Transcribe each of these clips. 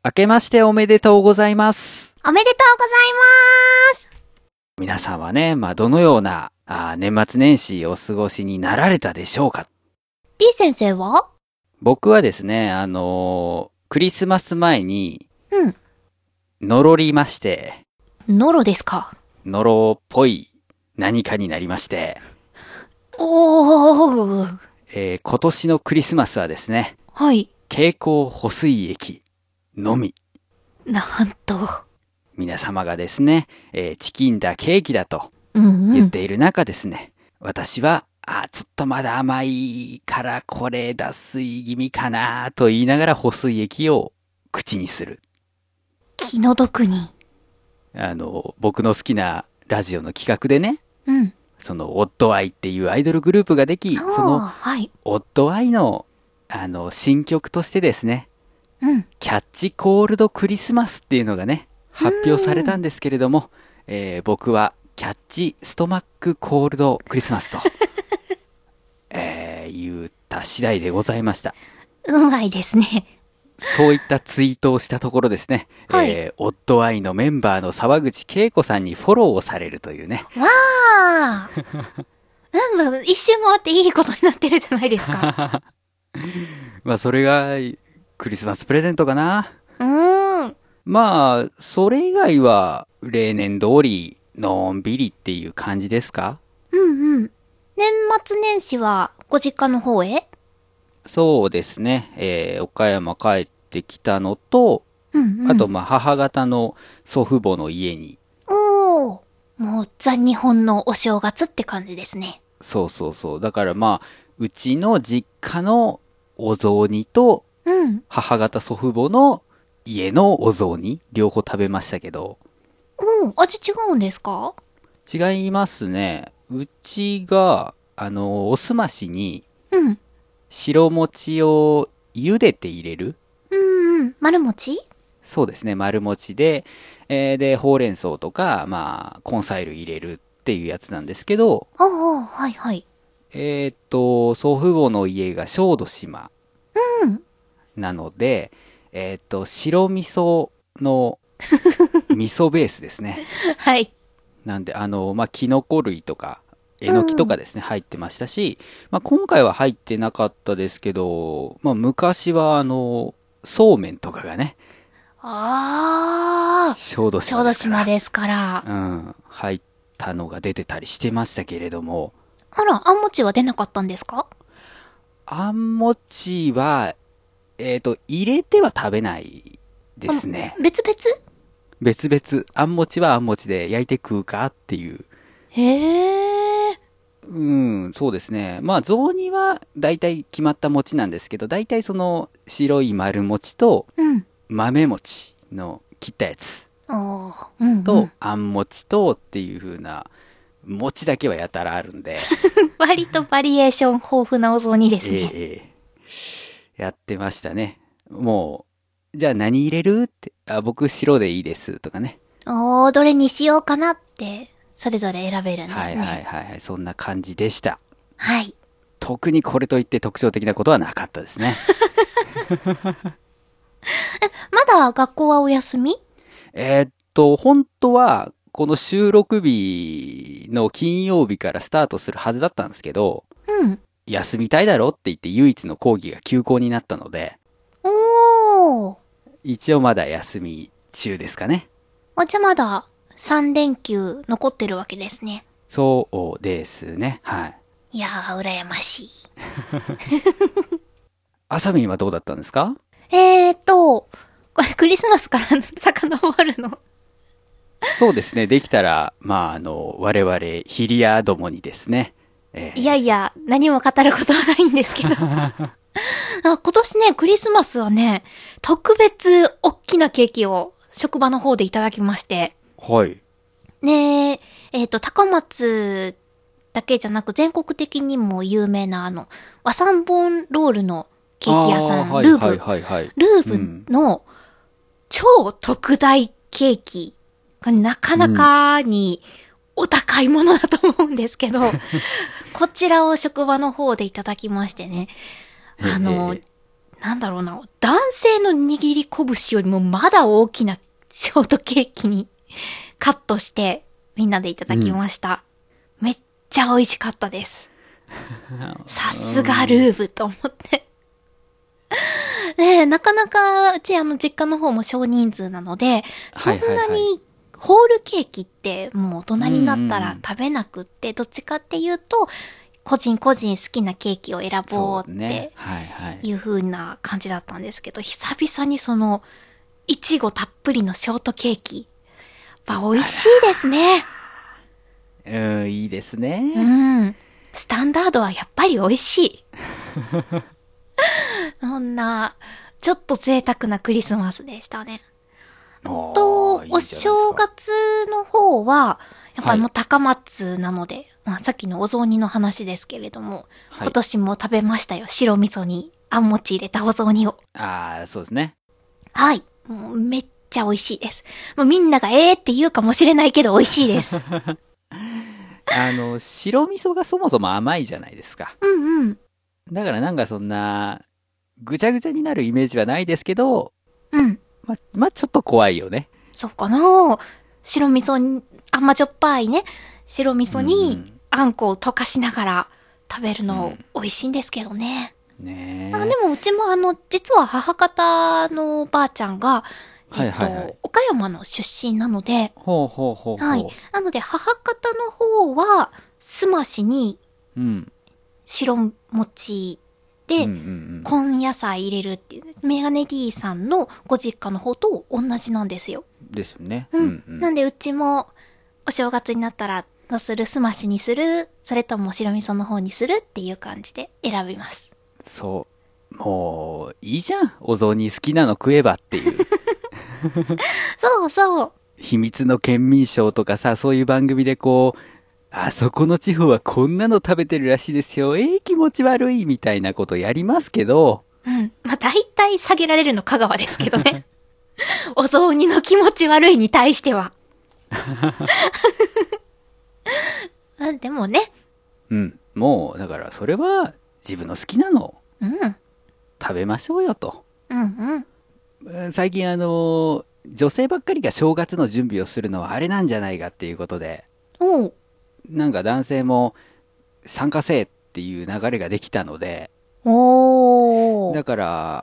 明けましておめでとうございます。 おめでとうございます。 皆さんはね、どのような年末年始お過ごしになられたでしょうか。 D 先生は？ 僕はですね、クリスマス前に、のろりまして。 ノロですか？ ノロっぽい何かになりまして。 おー。 今年のクリスマスはですね、 はい。 経口補水液のみ。 なんと。 皆様がですね、チキンだケーキだと言っている中ですね、私は、ちょっとまだ甘いからこれ脱水気味かなと言いながら補水液を口にする。 気の毒に。 僕の好きなラジオの企画でね、そのオッドアイっていうアイドルグループができ、そのオッドアイの新曲としてですね、キャッチコールドクリスマスっていうのがね、発表されたんですけれども、僕はキャッチストマックコールドクリスマスと、言った次第でございました。 運がいいですね。 そういったツイートをしたところですね、オッドアイのメンバーの沢口恵子さんにフォローをされるというね。 わーなんだ、一周回っていいことになってるじゃないですか。 それがクリスマスプレゼントかな。それ以外は例年通りのんびりっていう感じですか？ 年末年始はご実家の方へ？ そうですね。岡山帰ってきたのと、あと母方の祖父母の家に。 もうザ日本のお正月って感じですね。 そう。だからうちの実家のお雑煮と、母方祖父母の家のお雑煮両方食べましたけど。 味違うんですか？ 違いますね。うちがおすましに白餅を茹でて入れる。 丸餅？ そうですね、丸餅で、でほうれん草とか根菜類入れるっていうやつなんですけど。 はいはい。 祖父母の家が小豆島。なので、白味噌の味噌ベースですね。 はい。 なんで、キノコ類とか、えのきとかですね、入ってましたし、今回は入ってなかったですけど、昔はそうめんとかがね、小豆島ですから。 入ったのが出てたりしてましたけれども。 あら、あんもちは出なかったんですか？ あんもちは、入れては食べないですね。 別 々。あんもちはあんもちで焼いて食うかっていう。そうですね。雑煮は大体決まった餅なんですけど、大体その白い丸餅と、豆餅の切ったやつ。と、あん餅とっていう風な、餅だけはやたらあるんで。 割とバリエーション豊富なお雑煮ですね。 やってましたね。もう、じゃあ何入れるって、僕白でいいですとかね。 どれにしようかなって、それぞれ選べるんですね。 はい。そんな感じでした。 はい。 特にこれといって特徴的なことはなかったですね。 まだ学校はお休み？ 本当は、この収録日の金曜日からスタートするはずだったんですけど、休みたいだろって言って唯一の講義が休講になったので、一応まだ休み中ですかね。 じゃあまだ3連休残ってるわけですね。 そうですね。はい。 いやー、羨ましい。 あさみんはどうだったんですか？ これクリスマスから遡るの？ そうですね。できたら、我々、ヒリアどもにですね。 いや、何も語ることはないんですけど。今年ね、クリスマスはね、特別大きなケーキを職場の方でいただきまして。 はい。 ね高松だけじゃなく全国的にも有名な和三盆ロールのケーキ屋さん、ルーブの超特大ケーキ。これなかなかにお高いものだと思うんですけど、こちらを職場の方でいただきましてね。 なんだろうな、男性の握り拳よりもまだ大きなショートケーキにカットしてみんなでいただきました。めっちゃ美味しかったです。さすがルーブと思って。ねえ、なかなかうち実家の方も少人数なので、そんなにホールケーキってもう大人になったら食べなくって、どっちかっていうと、個人個人好きなケーキを選ぼうっていう風な感じだったんですけど、久々にいちごたっぷりのショートケーキ。やっぱ美味しいですね。 いいですね。 うん。スタンダードはやっぱり美味しい。そんな、ちょっと贅沢なクリスマスでしたね。お正月の方は、やっぱりもう高松なので、まあさっきのお雑煮の話ですけれども、今年も食べましたよ。白味噌にあんもち入れたお雑煮を。 そうですね。 はい。もうめっちゃ美味しいです。もうみんながって言うかもしれないけど美味しいです。 白味噌がそもそも甘いじゃないですか。 うんうん。 だからなんかそんな、ぐちゃぐちゃになるイメージはないですけど、 うん。 ま、ちょっと怖いよね。 そうかな。白味噌に、甘じょっぱいね、白味噌にあんこを溶かしながら食べるの美味しいんですけどね。 ねえ。でもうちも実は母方のおばあちゃんが、岡山の出身なので、はい。なので母方の方は、すましに、白餅で、根野菜入れるっていう、メガネ D さんのご実家の方と同じなんですよ。 ですよね。 なんでうちも、お正月になったら、どうするすましにするそれとも白味噌の方にするっていう感じで選びます。 そう。もう、いいじゃん。お雑煮好きなの食えばっていう。 そうそう。 秘密の県民賞とかさ、そういう番組でこう、あそこの地方はこんなの食べてるらしいですよ。気持ち悪いみたいなことやりますけど。 まあ、大体下げられるの香川ですけどね。お雑煮の気持ち悪いに対しては。でもね。 もう、だからそれは自分の好きなの。食べましょうよと。最近女性ばっかりが正月の準備をするのはあれなんじゃないかっていうことで。なんか男性も参加せえっていう流れができたので。だから、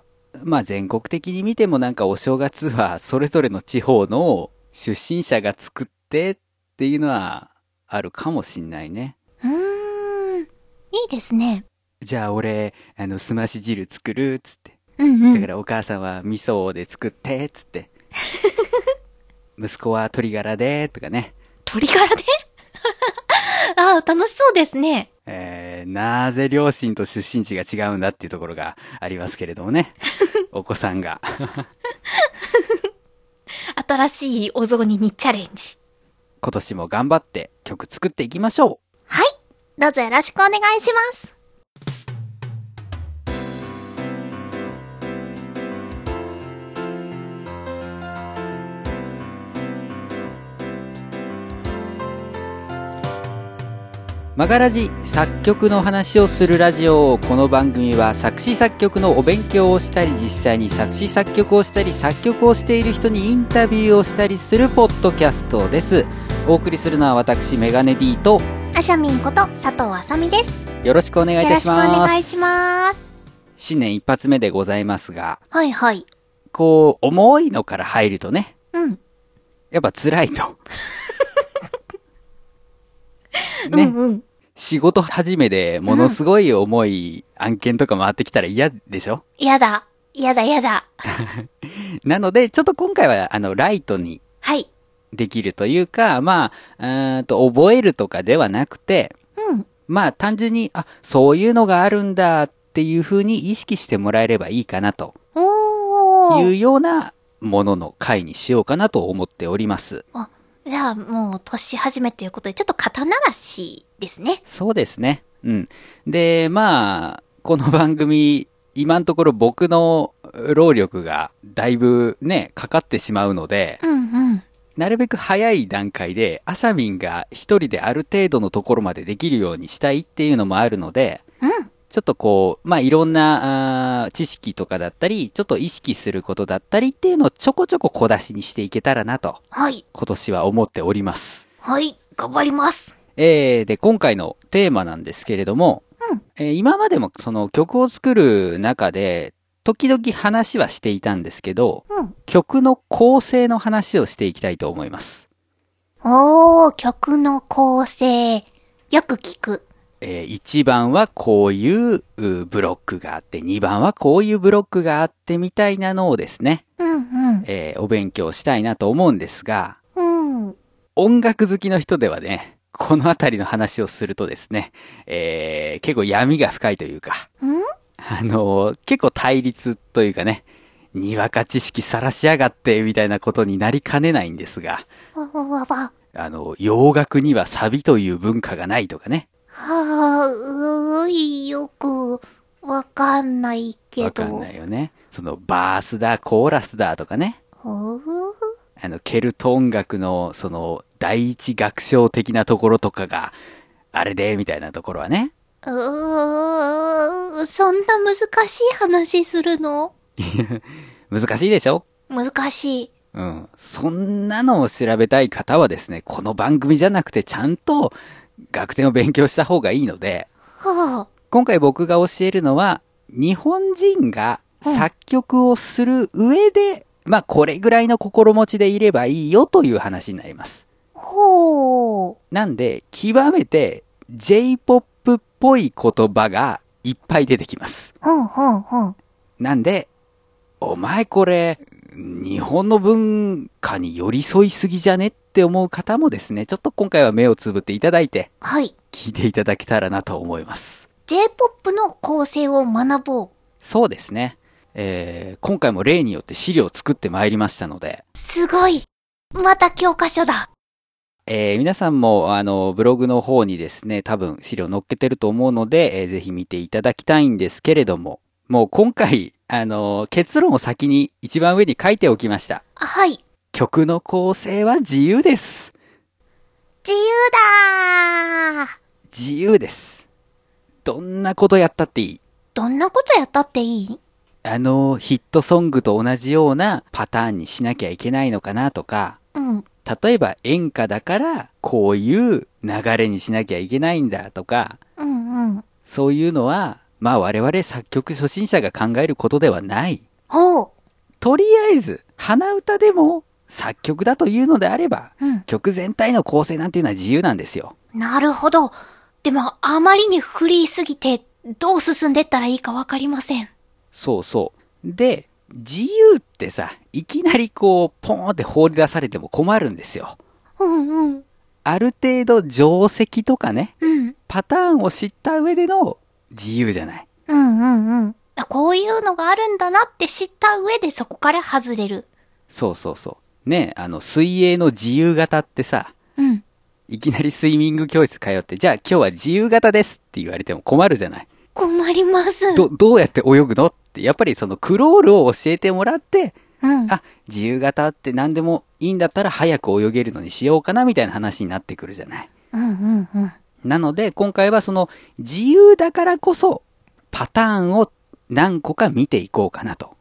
まあ全国的に見てもなんかお正月はそれぞれの地方の出身者が作ってっていうのはあるかもしんないね。 いいですね。 じゃあ俺、すまし汁作るっつって。だからお母さんは味噌で作ってっつって。息子は鶏ガラでとかね。 鶏ガラで楽しそうですね。 なぜ両親と出身地が違うんだっていうところがありますけれどもね。お子さんが。 新しいお雑煮にチャレンジ。 今年も頑張って曲作っていきましょう。 はい。どうぞよろしくお願いします。 マガラジ作曲の話をするラジオ。この番組は作詞作曲のお勉強をしたり、実際に作詞作曲をしたり、作曲をしている人にインタビューをしたりするポッドキャストです。お送りするのは私メガネ D とアシャミンこと佐藤あさみです。 よろしくお願いいたします。 よろしくお願いします。 新年一発目でございますが、 はいはい。 こう重いのから入るとね、やっぱ辛いと。ね、仕事始めでものすごい重い案件とか回ってきたら嫌でしょ？ 嫌だ。 なので、ちょっと今回はライトにできるというか、まあ、覚えるとかではなくて、まあ単純に、そういうのがあるんだっていう風に意識してもらえればいいかなというようなものの回にしようかなと思っております。 じゃあもう年始めということでちょっと肩慣らしですね。 そうですね。で、まあ、この番組、今のところ僕の労力がだいぶね、かかってしまうので、なるべく早い段階で、アシャミンが一人である程度のところまでできるようにしたいっていうのもあるので、 ちょっとこう、まあ、いろんな知識とかだったり、ちょっと意識することだったりっていうのをちょこちょこ小出しにしていけたらなと。 はい。 今年は思っております。 はい、頑張ります。 で、今回のテーマなんですけれども、今までもその曲を作る中で、時々話はしていたんですけど、曲の構成の話をしていきたいと思います。 曲の構成。よく聞く。 1番はこういうブロックがあって、2番はこういうブロックがあってみたいなのをですね、お勉強したいなと思うんですが、音楽好きの人ではね、このあたりの話をするとですね、結構闇が深いというか、結構対立というかね、にわか知識さらしやがってみたいなことになりかねないんですが、洋楽にはサビという文化がないとかね。 よくわかんないけど。 わかんないよね。そのバースだ、コーラスだとかね。ケルト音楽のその第一楽章的なところとかがあれでみたいなところはね。 そんな難しい話するの？ 難しいでしょ？ 難しい。 そんなのを調べたい方はですね、この番組じゃなくてちゃんと楽天を勉強した方がいいので、今回僕が教えるのは、日本人が作曲をする上で、まあこれぐらいの心持ちでいればいいよという話になります。なんで、極めて J-POP っぽい言葉がいっぱい出てきます。なんで、お前これ、日本の文化に寄り添いすぎじゃねって思う方もですね、ちょっと今回は目をつぶっていただいて、聞いていただけたらなと思います。 J-POP の構成を学ぼう。 そうですね。今回も例によって資料を作ってまいりましたので。 すごい。また教科書だ。 皆さんもブログの方にですね、多分資料載っけてると思うので、ぜひ見ていただきたいんですけれども、もう今回、結論を先に一番上に書いておきました。 はい。 曲の構成は自由です。 自由だー。 自由です。どんなことやったっていい。 どんなことやったっていい？ヒットソングと同じようなパターンにしなきゃいけないのかなとか、例えば演歌だからこういう流れにしなきゃいけないんだとか、そういうのは、まあ我々作曲初心者が考えることではない。とりあえず、鼻歌でも作曲だというのであれば、曲全体の構成なんていうのは自由なんですよ。 なるほど。でもあまりにフリーすぎて、どう進んでったらいいかわかりません。 そうそう。で、自由ってさ、いきなりこう、ポーンって放り出されても困るんですよ。ある程度定石とかね、パターンを知った上での自由じゃない。 こういうのがあるんだなって知った上でそこから外れる。 そうそうそう。ね、水泳の自由形ってさ、いきなりスイミング教室通って、じゃあ今日は自由形ですって言われても困るじゃない。 困ります。 どうやって泳ぐのって、やっぱりそのクロールを教えてもらって、自由形って何でもいいんだったら早く泳げるのにしようかなみたいな話になってくるじゃない。なので今回はその自由だからこそパターンを何個か見ていこうかなと。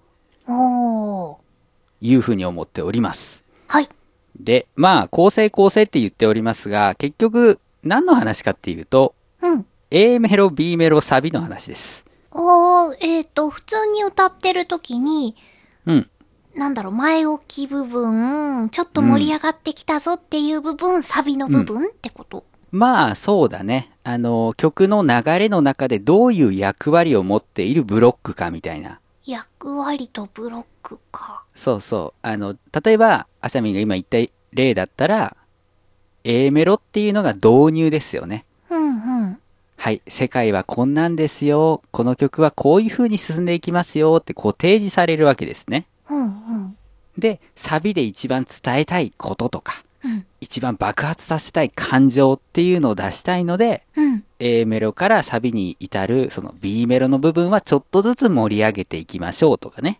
いうふうに思っております。 はい。 で、まあ構成って言っておりますが、結局何の話かっていうと、A メロ、B メロ、サビの話です。 普通に歌ってる時に、なんだろう、前置き部分、ちょっと盛り上がってきたぞっていう部分、サビの部分ってこと？ まあ、そうだね。曲の流れの中でどういう役割を持っているブロックかみたいな。 役割とブロックか。 そうそう。例えば、あさみんが今言った例だったら、A メロっていうのが導入ですよね。はい、世界はこんなんですよ。この曲はこういう風に進んでいきますよってこう提示されるわけですね。で、サビで一番伝えたいこととか、一番爆発させたい感情っていうのを出したいので、A メロからサビに至るその B メロの部分はちょっとずつ盛り上げていきましょうとかね。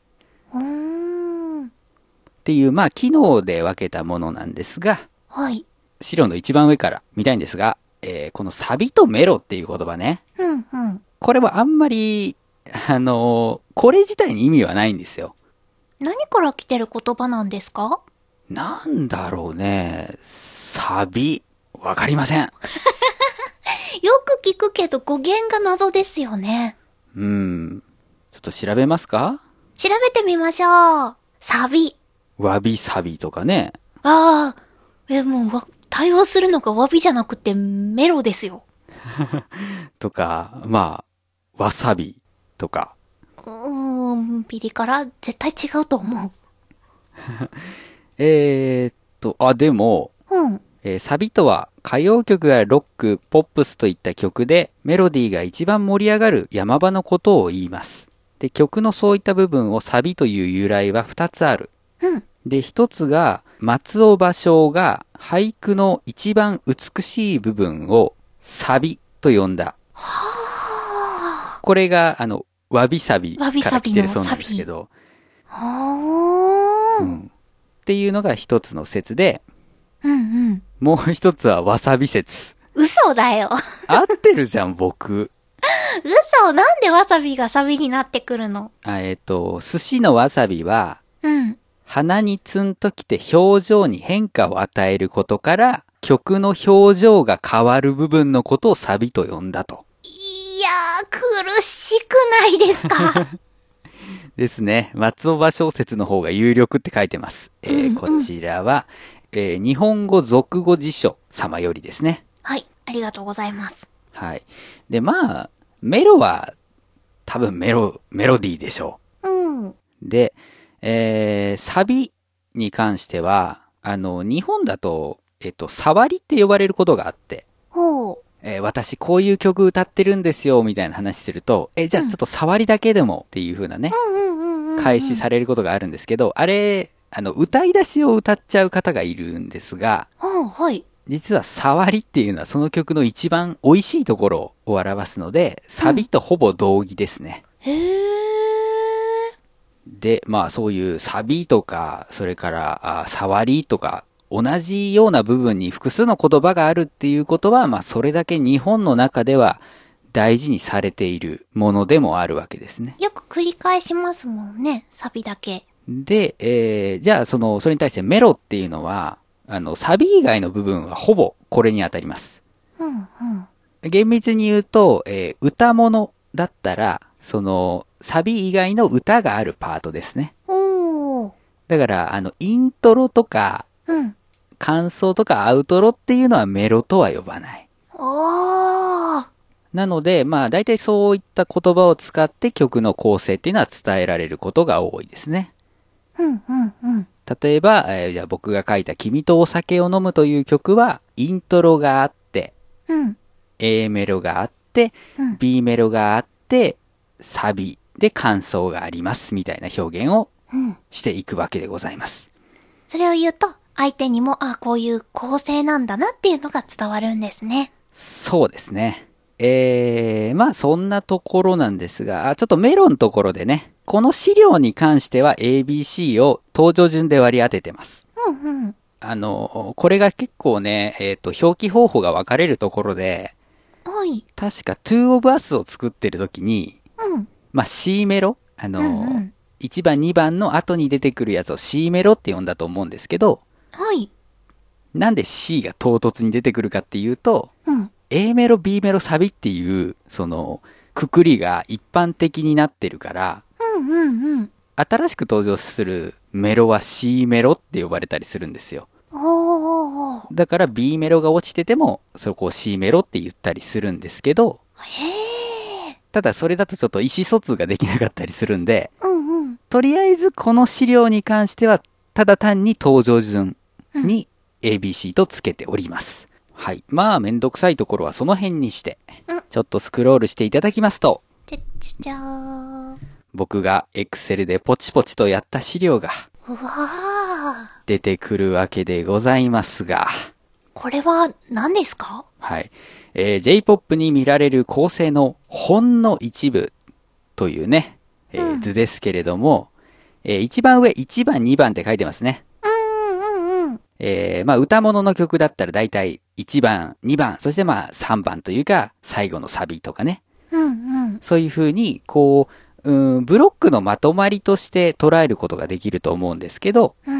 っていう、まあ、機能で分けたものなんですが、資料の一番上から見たいんですが、このサビとメロっていう言葉ね。 これはあんまり、これ自体に意味はないんですよ。 何から来てる言葉なんですか？ なんだろうね。サビ。わかりません。 よく聞くけど語源が謎ですよね。 ちょっと調べますか？ 調べてみましょう。サビ。 わびサビとかね。 ああ。もう、対応するのがわびじゃなくてメロですよ。 とか、まあ、わさびとか。 ピリ辛絶対違うと思う。 でも、サビとは歌謡曲やロック、ポップスといった曲でメロディーが一番盛り上がる山場のことを言います。で、曲のそういった部分をサビという由来は2つある。で、1つが松尾芭蕉が俳句の一番美しい部分をサビと呼んだ。これがわびサビから来てるそうなんですけど。っていうのが一つの説で、もう一つはわさび説。 嘘だよ。 合ってるじゃん、僕。 嘘、なんでわさびがサビになってくるの？ 寿司のわさびは、鼻にツンときて表情に変化を与えることから、曲の表情が変わる部分のことをサビと呼んだと。 いやー、苦しくないですか？ ですね。松尾芭蕉説の方が有力って書いてます。こちらは、日本語俗語辞書様よりですね。 はい、ありがとうございます。 はい。で、まあ、メロは、多分メロディーでしょう。で、サビに関しては、日本だと、触りって呼ばれることがあって、私こういう曲歌ってるんですよ、みたいな話すると、じゃあちょっと触りだけでもっていう風なね、開始されることがあるんですけど、あれ、歌い出しを歌っちゃう方がいるんですが、実は触りっていうのはその曲の一番美味しいところを表すので、サビとほぼ同義ですね。で、まあそういうサビとか、それから触りとか、同じような部分に複数の言葉があるっていうことは、まあそれだけ日本の中では大事にされているものでもあるわけですね。 よく繰り返しますもんね、サビだけ。 で、じゃあそれに対してメロっていうのは、サビ以外の部分はほぼこれに当たります。厳密に言うと、歌物だったら、サビ以外の歌があるパートですね。だから、イントロとか、感想とかアウトロっていうのはメロとは呼ばない。なので、まあ大体そういった言葉を使って曲の構成っていうのは伝えられることが多いですね。例えば、じゃあ僕が書いた君とお酒を飲むという曲は、イントロがあって、A メロがあって、B メロがあって、サビで感想がありますみたいな表現をしていくわけでございます。 それを言うと、相手にも、こういう構成なんだなっていうのが伝わるんですね。 そうですね。まあそんなところなんですが、ちょっとメロのところでね、この資料に関しては ABC を登場順で割り当ててます。これが結構ね、表記方法が分かれるところで、確か Two of Us を作ってる時に、まあ C メロ、1番2番の後に出てくるやつを C メロって呼んだと思うんですけど、なんで C が唐突に出てくるかっていうと、A メロ、B メロ、サビっていう、くくりが一般的になってるから、新しく登場するメロは C メロって呼ばれたりするんですよ。だから B メロが落ちてても、そこを C メロって言ったりするんですけど、ただそれだとちょっと意思疎通ができなかったりするんで、とりあえずこの資料に関しては、ただ単に登場順に ABC とつけております。はい。まあ、めんどくさいところはその辺にして、ちょっとスクロールしていただきますと、僕が Excel でポチポチとやった資料が、出てくるわけでございますが、 これは何ですか？ はい。J-POP に見られる構成のほんの一部というね、図ですけれども、一番上1番2番って書いてますね。まあ歌物の曲だったらだいたい1番2番そしてまあ3番というか最後のサビとかね、 うんうん。 そういう風に、こう、ブロックのまとまりとして捉えることができると思うんですけど、 うんうん。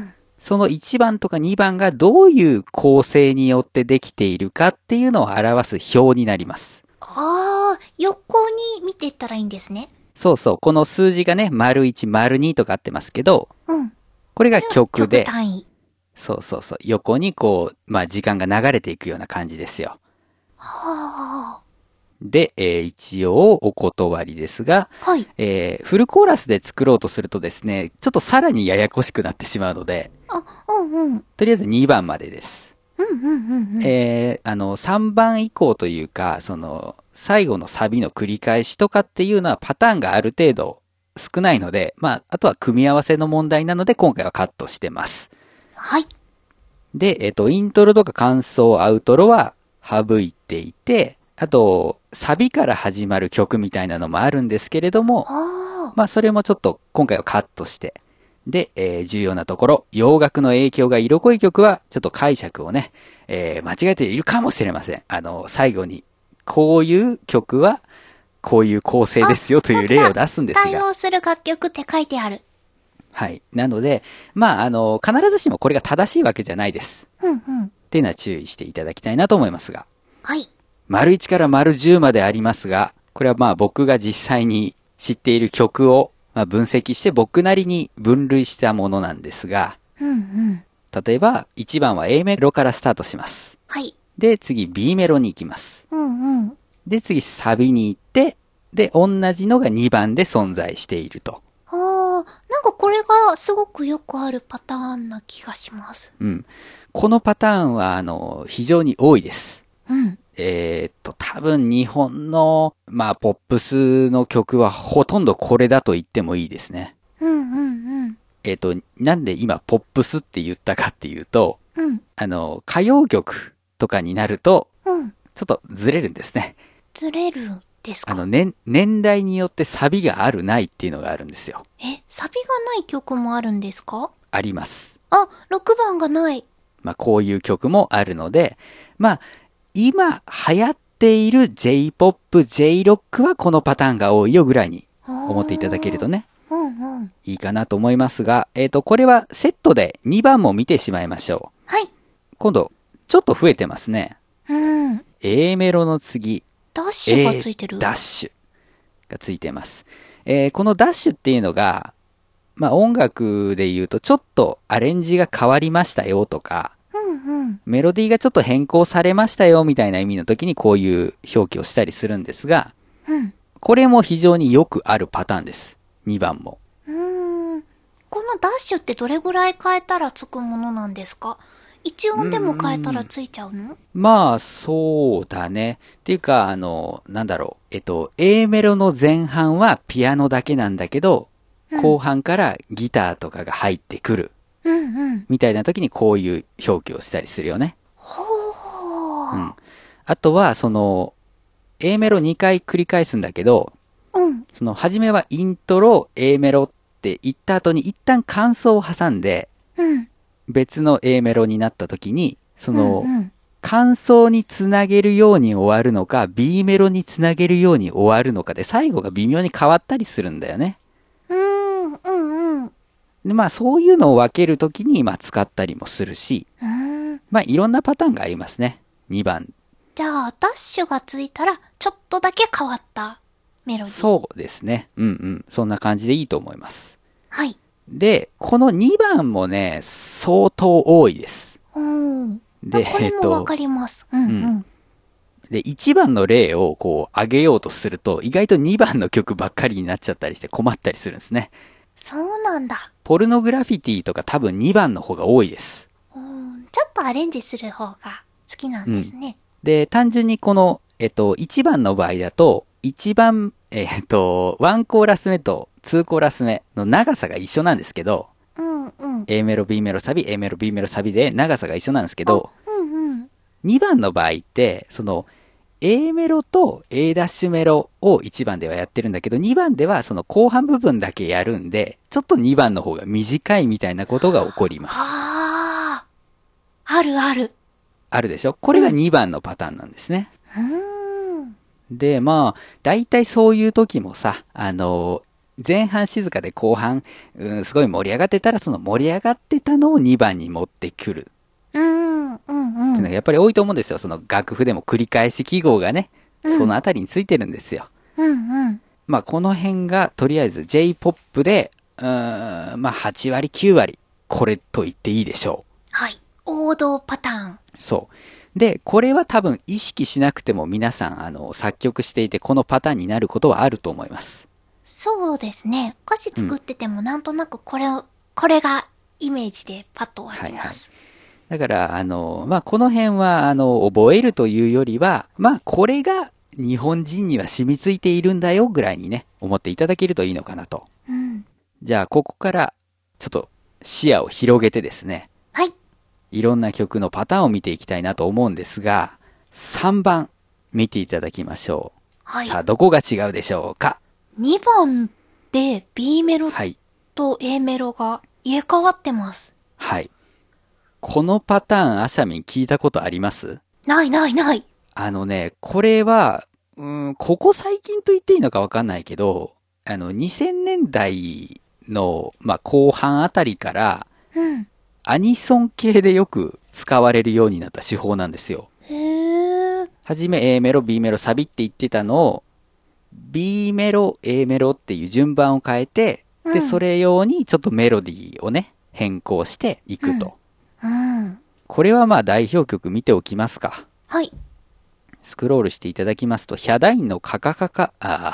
その1番とか2番がどういう構成によってできているかっていうのを表す表になります。 ああ、横に見てったらいいんですね。 そうそう。この数字がね、01、02とかあってますけど、 うん。 これが曲で、 曲単位。 そうそうそう。横にこう、まあ時間が流れていくような感じですよ。 はあ。 で、一応お断りですが、 はい。 フルコーラスで作ろうとするとですね、ちょっとさらにややこしくなってしまうので、 あ、うんうん。 とりあえず2番までです。 うんうんうんうん。 3番以降というか、その、最後のサビの繰り返しとかっていうのはパターンがある程度少ないので、まあ、あとは組み合わせの問題なので今回はカットしてます。 はい。 で、イントロとか感想、アウトロは省いていて、あと、サビから始まる曲みたいなのもあるんですけれども、まあそれもちょっと今回はカットして、で、重要なところ、洋楽の影響が色濃い曲は、ちょっと解釈をね、間違えているかもしれません。最後に、こういう曲は、こういう構成ですよという例を出すんですが。 対応する楽曲って書いてある。 はい。なので、まあ、必ずしもこれが正しいわけじゃないです。 うんうん。 っていうのは注意していただきたいなと思いますが。 はい。 丸1から丸10までありますが、これはまあ僕が実際に知っている曲を分析して僕なりに分類したものなんですが、 うんうん。 例えば1番は A メロからスタートします。 はい。 で、次 B メロに行きます。 うんうん。 で、次サビに行って、で、同じのが2番で存在していると。 なんかこれがすごくよくあるパターンな気がします。 うん。このパターンは、非常に多いです。 うん。 多分日本の、まあ、ポップスの曲はほとんどこれだと言ってもいいですね。 うんうんうん。 なんで今ポップスって言ったかっていうと、 うん。 歌謡曲とかになると、 うん。 ちょっとずれるんですね。 ずれるんですか？ 年代によってサビがあるないっていうのがあるんですよ。 サビがない曲もあるんですか？ あります。 あ、6番がない。 まあ、こういう曲もあるので、まあ、今流行っている J-POP、J-ROCK はこのパターンが多いよぐらいに思っていただけるとね、 うんうん。 いいかなと思いますが、これはセットで2番も見てしまいましょはい。 う。今度、ちょっと増えてますね。 うん。 A メロの次、 ダッシュがついてる。 ダッシュがついてます。このダッシュっていうのが、まあ音楽で言うとちょっとアレンジが変わりましたよとか、 うんうん。 メロディーがちょっと変更されましたよみたいな意味の時にこういう表記をしたりするんですが、 うん。 これも非常によくあるパターンです。2番も。 このダッシュってどれぐらい変えたらつくものなんですか？一音でも変えたらついちゃうの？ まあ、そうだね。っていうか、なんだろう。A メロの前半はピアノだけなんだけど、後半からギターとかが入ってくる。 うんうん。 みたいな時にこういう表記をしたりするよね。 ほー。 うん。あとは、A メロ2回繰り返すんだけど、 うん。 初めはイントロ、A メロって言った後に一旦感想を挟んで、 うん。 別の A メロになった時に、 うんうん、 感想につなげるように終わるのか、B メロにつなげるように終わるのかで、最後が微妙に変わったりするんだよね。 うんうん。 で、まあそういうのを分けるときに、まあ使ったりもするし、まあいろんなパターンがありますね。2番。 じゃあ、ダッシュがついたら、ちょっとだけ変わったメロディー。 そうですね。うんうん。そんな感じでいいと思います。 はい。 で、この2番もね、相当多いです。 で、これもわかります。うんうん。 で、1番の例をこう上げようとすると、意外と2番の曲ばっかりになっちゃったりして困ったりするんですね。 そうなんだ。 ポルノグラフィティとか多分2番の方が多いです。 ちょっとアレンジする方が好きなんですね。 で、単純にこの、1番の場合だと、1番、1コーラス目と2コーラス目の長さが一緒なんですけど、A メロ、B メロ、サビ、A メロ、B メロ、サビで長さが一緒なんですけど、2番の場合って、A メロと A ダッシュメロを1番ではやってるんだけど、2番ではその後半部分だけやるんで、ちょっと2番の方が短いみたいなことが起こります。 あるある。 あるでしょ？これが2番のパターンなんですね。 で、まあ、大体そういう時もさ、前半静かで後半、すごい盛り上がってたら、その盛り上がってたのを2番に持ってくる。っていうのがやっぱり多いと思うんですよ。その楽譜でも繰り返し記号がね、そのあたりについてるんですよ。まあ、この辺がとりあえず J-POP で、まあ、8割、9割、これと言っていいでしょう。 はい。王道パターン。 そう。で、これは多分意識しなくても皆さん、作曲していてこのパターンになることはあると思います。 そうですね。歌詞作っててもなんとなくこれがイメージでパッと湧きます。はいはい。 だから、まあ、この辺は、覚えるというよりは、まあ、これが日本人には染みついているんだよぐらいにね、思っていただけるといいのかなと。じゃあ、ここから、ちょっと視野を広げてですね。 はい。 いろんな曲のパターンを見ていきたいなと思うんですが、3番見ていただきましょう。はい。さあ、どこが違うでしょうか。 2番で B メロと A メロが入れ替わってます。 はい。このパターン、アシャミン聞いたことあります？ ない。 これは、ここ最近と言っていいのかわかんないけど、2000年代の、まあ、後半あたりから、アニソン系でよく使われるようになった手法なんですよ。はじめ A メロ、B メロ、サビって言ってたのを、B メロ、A メロっていう順番を変えて、で、それ用にちょっとメロディーをね、変更していくと。これはまあ代表曲見ておきますか。 はい。 スクロールしていただきますと、ヒャダインのかかか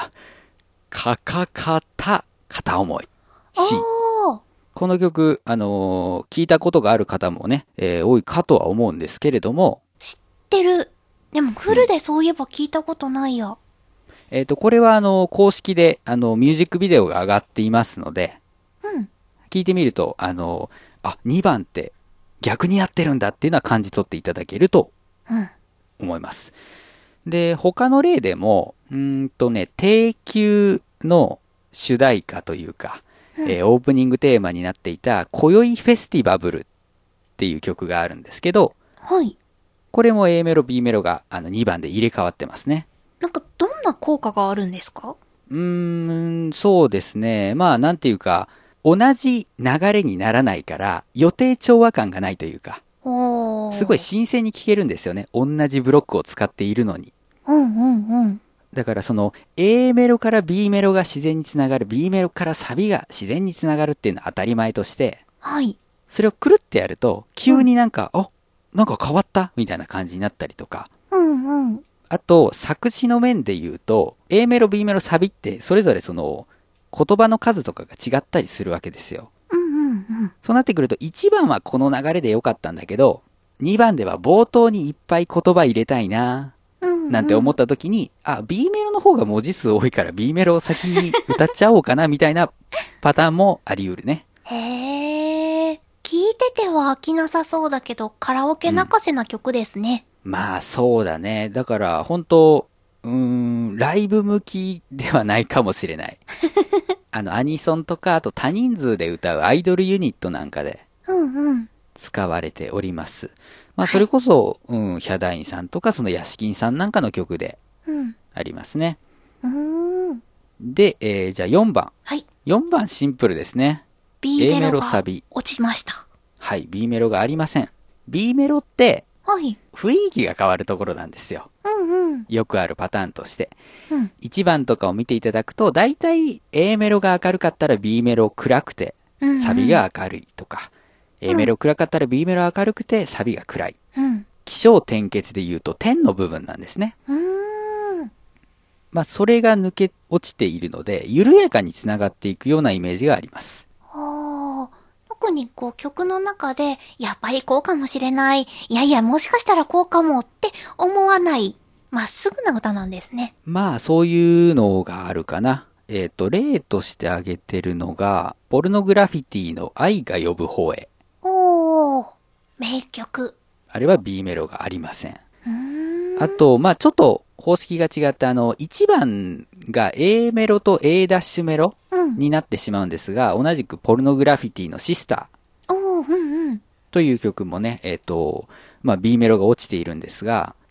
た片思い C。この曲、聞いたことがある方もね、多いかとは思うんですけれども。 知ってる。でもフルでそういえば聞いたことないや。 これは公式でミュージックビデオが上がっていますので、聞いてみると、2番って逆にやってるんだっていうのは感じ取っていただけると思います。で、他の例でも、定休の主題歌というか、オープニングテーマになっていた、今宵フェスティバブルっていう曲があるんですけど、 はい。 これも A メロ、B メロが2番で入れ替わってますね。 なんか、どんな効果があるんですか？ そうですね。まあ、なんていうか、同じ流れにならないから、予定調和感がないというか、すごい新鮮に聴けるんですよね。同じブロックを使っているのに。だからその A メロから B メロが自然につながる、B メロからサビが自然につながるっていうのは当たり前として、 はい。 それをくるってやると、急になんか、なんか変わったみたいな感じになったりとか。あと、作詞の面で言うと、A メロ、B メロ、サビって、それぞれその、言葉の数とかが違ったりするわけですよ。そうなってくると、1番はこの流れで良かったんだけど、2番では冒頭にいっぱい言葉入れたいな、なんて思った時に、B メロの方が文字数多いから B メロを先に歌っちゃおうかな、みたいなパターンもあり得るね。 へー。聞いてては飽きなさそうだけど、カラオケ泣かせな曲ですね。 まあ、そうだね。だから、本当ライブ向きではないかもしれない。アニソンとか、あと多人数で歌うアイドルユニットなんかで、使われております。まあ、それこそ、ヒャダインさんとか、そのヤシキンさんなんかの曲で、ありますね。で、じゃあ4番。 はい。 4番シンプルですね。 B メロが落ちました。 はい、B メロがありません。B メロって、 はい。 雰囲気が変わるところなんですよ。よくあるパターンとして。1番とかを見ていただくと、だいたい A メロが明るかったら B メロ暗くて、サビが明るいとか、A メロ暗かったら B メロ明るくて、サビが暗い。起承転結で言うと点の部分なんですね。まあ、それが抜け落ちているので、緩やかにつながっていくようなイメージがあります。 特にこう曲の中で、やっぱりこうかもしれない、いやいやもしかしたらこうかもって思わない、まっすぐな歌なんですね。 まあそういうのがあるかな。例として挙げてるのが、ポルノグラフィティの愛が呼ぶ方へ。 名曲。 あれは B メロがありません。あと、まあちょっと方式が違って1番が A メロと A ダッシュメロになってしまうんですが、同じくポルノグラフィティのシスターという曲もね、まあ B メロが落ちているんですが、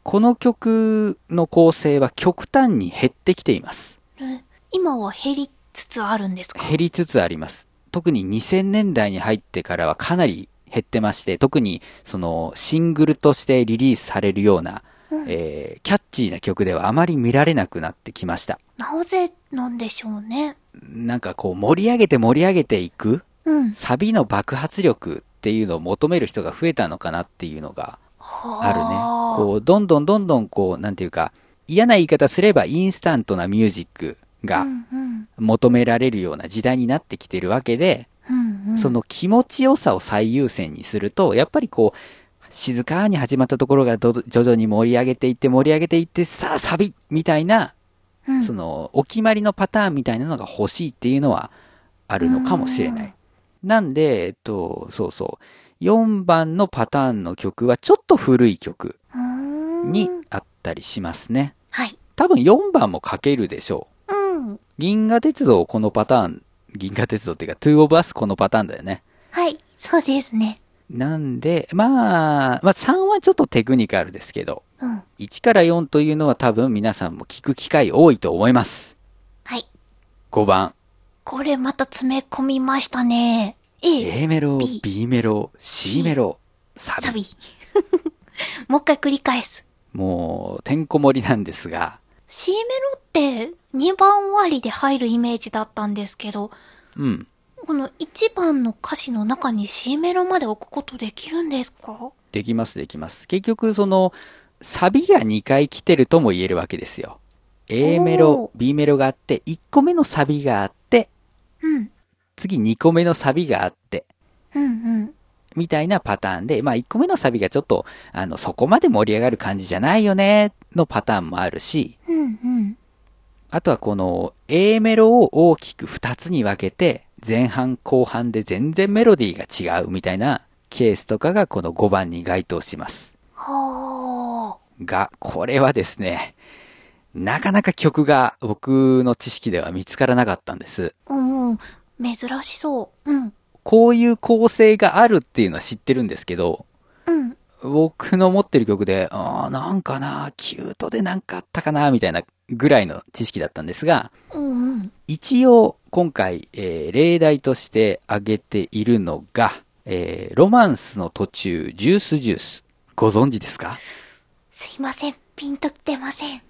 この曲の構成は極端に減ってきています。 今は減りつつあるんですか？ 減りつつあります。特に2000年代に入ってからはかなり減ってまして、特にそのシングルとしてリリースされるような、キャッチーな曲ではあまり見られなくなってきました。 なぜなんでしょうね。 なんかこう盛り上げていく、サビの爆発力っていうのを求める人が増えたのかなっていうのがあるね。こう、どんどんこう、なんていうか、嫌な言い方すればインスタントなミュージックが求められるような時代になってきてるわけで、その気持ちよさを最優先にすると、やっぱりこう、静かに始まったところが徐々に盛り上げていって、さあサビみたいな、その、お決まりのパターンみたいなのが欲しいっていうのはあるのかもしれない。なんで、4番のパターンの曲はちょっと古い曲にあったりしますね。 はい。 多分4番も書けるでしょう。銀河鉄道このパターン、銀河鉄道っていうか、2 of us このパターンだよね。 はい、そうですね。 なんで、まあ3はちょっとテクニカルですけど、1から4というのは多分皆さんも聞く機会多いと思います。 はい。 5番。 これまた詰め込みましたね。 A メロ、B メロ、C メロ、サビ。 もう一回繰り返す。 もう、てんこ盛りなんですが。 C メロって2番割りで入るイメージだったんですけど、この1番の歌詞の中に C メロまで置くことできるんですか？ できます。結局その、サビが2回来てるとも言えるわけですよ。A メロ、B メロがあって、1個目のサビがあって、次2個目のサビがあって、みたいなパターンで、まあ1個目のサビがちょっと、そこまで盛り上がる感じじゃないよね、のパターンもあるし、あとはこの A メロを大きく2つに分けて、前半後半で全然メロディーが違うみたいなケースとかがこの5番に該当します。が、これはですね、なかなか曲が僕の知識では見つからなかったんです。 珍しそう。 こういう構成があるっていうのは知ってるんですけど、僕の持ってる曲で、なんかな、キュートでなんかあったかな、みたいなぐらいの知識だったんですが、一応今回、例題として挙げているのが、ロマンスの途中、ジュース。ご存知ですか？ すいません、ピンときてません。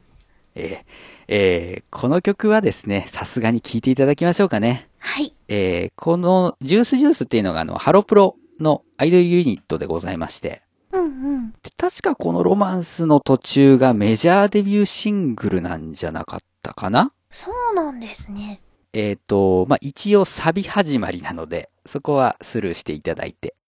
この曲はですね、さすがに聴いていただきましょうかね。 はい。 このジュースっていうのがハロプロのアイドルユニットでございまして、確かこのロマンスの途中がメジャーデビューシングルなんじゃなかったかな？ そうなんですね。 まあ、一応サビ始まりなので、そこはスルーしていただいて。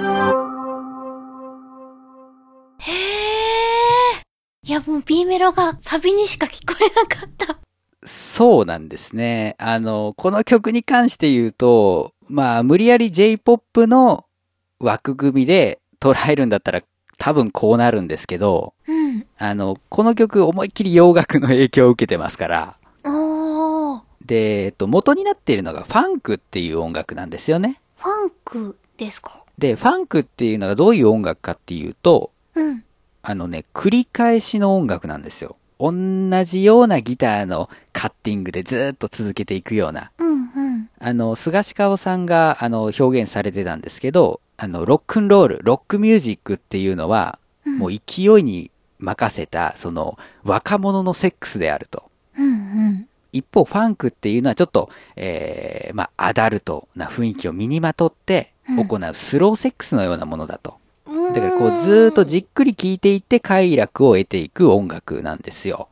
いや、もう B メロがサビにしか聞こえなかった。 そうなんですね。この曲に関して言うと、まあ、無理やり J-POP の枠組みで捉えるんだったら多分こうなるんですけど、この曲思いっきり洋楽の影響を受けてますから。で、元になっているのがファンクっていう音楽なんですよね。 ファンクですか？ で、ファンクっていうのがどういう音楽かっていうと、繰り返しの音楽なんですよ。同じようなギターのカッティングでずっと続けていくような。菅氏香さんが表現されてたんですけど、ロックンロール、ロックミュージックっていうのは、もう勢いに任せた、その若者のセックスであると。一方、ファンクっていうのはちょっと、まあ、アダルトな雰囲気を身にまとって行うスローセックスのようなものだと。だからこうずーっとじっくり聴いていって快楽を得ていく音楽なんですよ。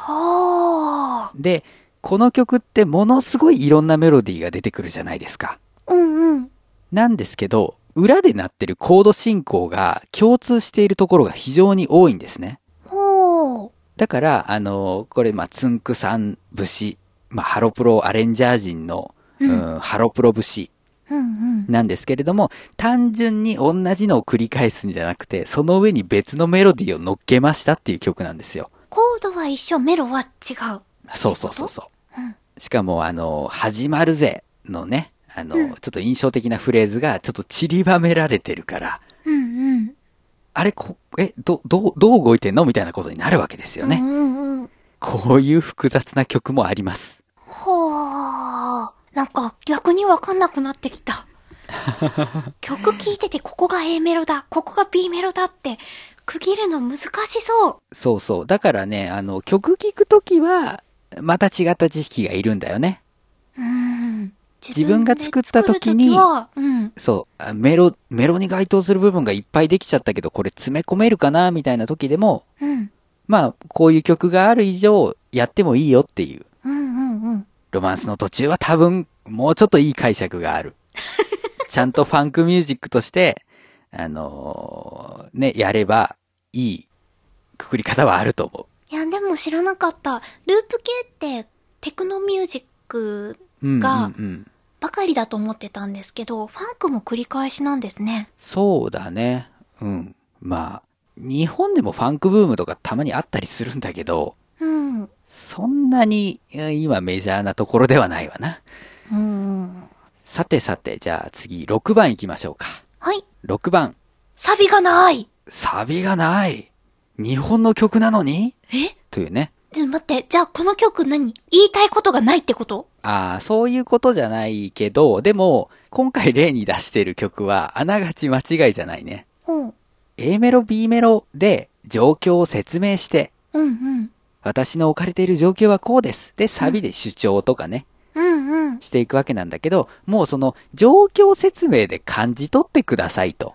で、この曲ってものすごいいろんなメロディーが出てくるじゃないですか。なんですけど、裏で鳴ってるコード進行が共通しているところが非常に多いんですね。だから、これ、まあ、つんくさん節、まあ、ハロプロアレンジャー陣の、ハロプロ節なんですけれども、単純に同じのを繰り返すんじゃなくて、その上に別のメロディーを乗っけましたっていう曲なんですよ。 コードは一緒、メロは違う。 そう。しかも、始まるぜのね、ちょっと印象的なフレーズがちょっと散りばめられてるから、 あれどう動いてんのみたいなことになるわけですよね。こういう複雑な曲もあります。 なんか逆にわかんなくなってきた。曲聴いててここが A メロだ、ここが B メロだって区切るの難しそう。 そうそう。だからね、曲聴くときは、また違った知識がいるんだよね。自分が作ったときに、そう、メロに該当する部分がいっぱいできちゃったけど、これ詰め込めるかなみたいな時でも、まあ、こういう曲がある以上、やってもいいよっていう。ロマンスの途中は多分、もうちょっといい解釈がある。ちゃんとファンクミュージックとして、やればいいくくり方はあると思う。いや、でも知らなかった。ループ系ってテクノミュージックがばかりだと思ってたんですけど、ファンクも繰り返しなんですね。 そうだね。まあ、日本でもファンクブームとかたまにあったりするんだけど、そんなに今メジャーなところではないわな。さて、じゃあ次、6番行きましょうか。 はい。 6番。 サビがない。 サビがない。日本の曲なのにというね。 待って、じゃあこの曲言いたいことがないってこと？ そういうことじゃないけど、でも、今回例に出してる曲は、あながち間違いじゃないね。A メロ、B メロで状況を説明して、私の置かれている状況はこうです。で、サビで主張とかね。していくわけなんだけど、もうその状況説明で感じ取ってくださいと。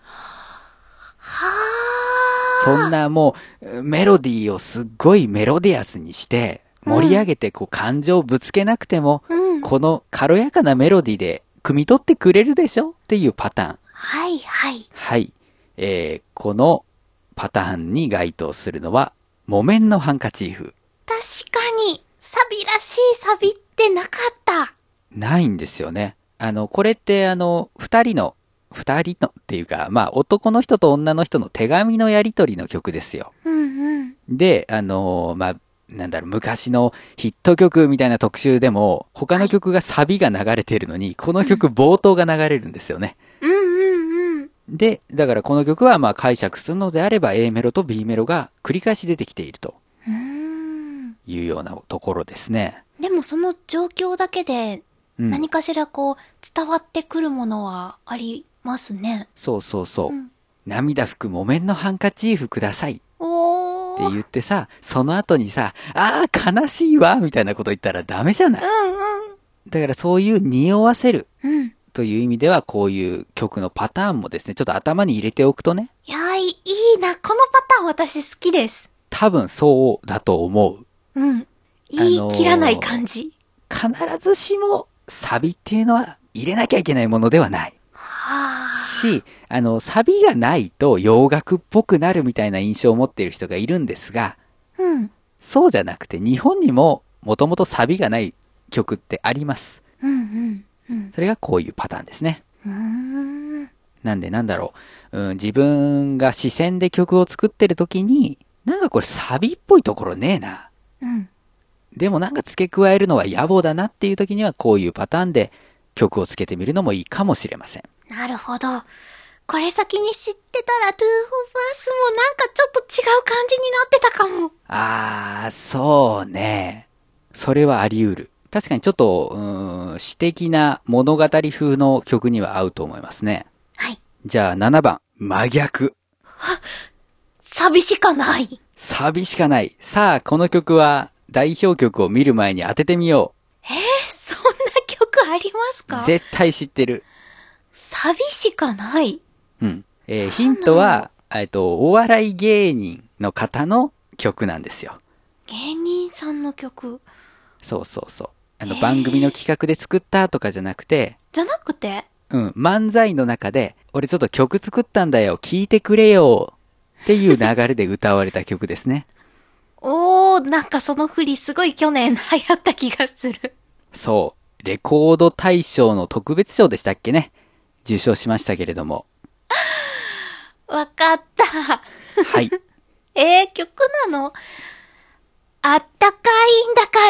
そんなもうメロディーをすっごいメロディアスにして盛り上げてこう感情をぶつけなくても、この軽やかなメロディーで汲み取ってくれるでしょっていうパターン。はい。このパターンに該当するのは木綿のハンカチーフ。 確かにサビらしいサビってなかった。 ないんですよね。これって二人のっていうか、まあ男の人と女の人の手紙のやり取りの曲ですよ。で、昔のヒット曲みたいな特集でも、他の曲がサビが流れてるのに、この曲冒頭が流れるんですよね。で、だからこの曲はまあ解釈するのであれば A メロと B メロが繰り返し出てきていると。いうようなところですね。 でもその状況だけで、何かしら伝わってくるものはありますね。 そう。涙拭く木綿のハンカチーフください。って言ってさ、その後にさ、悲しいわみたいなこと言ったらダメじゃない。だからそういう匂わせる。という意味では、こういう曲のパターンもですね、ちょっと頭に入れておくとね。 いや、いいな。このパターン私好きです。 多分そうだと思う。 言い切らない感じ。 必ずしもサビっていうのは入れなきゃいけないものではない。し、サビがないと洋楽っぽくなるみたいな印象を持っている人がいるんですが、そうじゃなくて日本にももともとサビがない曲ってあります。それがこういうパターンですね。なんで自分が視線で曲を作ってる時に、なんかこれサビっぽいところねえな。でもなんか付け加えるのは野暮だなっていう時にはこういうパターンで曲をつけてみるのもいいかもしれません。 なるほど。これ先に知ってたら To For Us もなんかちょっと違う感じになってたかも。 そうね。それはあり得る。確かにちょっと、詩的な物語風の曲には合うと思いますね。 はい。 じゃあ7番、真逆。 サビしかない。 サビしかない。さあ、この曲は代表曲を見る前に当ててみよう。そんな曲ありますか？ 絶対知ってる。 サビしかない。 ヒントは、お笑い芸人の方の曲なんですよ。 芸人さんの曲。 そう。番組の企画で作ったとかじゃなくて。漫才の中で、俺ちょっと曲作ったんだよ、聴いてくれよ。っていう流れで歌われた曲ですね。 なんかその振りすごい去年流行った気がする。 そう。レコード大賞の特別賞でしたっけね。受賞しましたけれども。 わかった。 はい。 曲なの？あったかいんだから。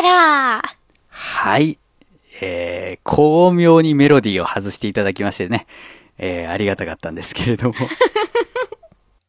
はい。巧妙にメロディーを外していただきましてね。ありがたかったんですけれども。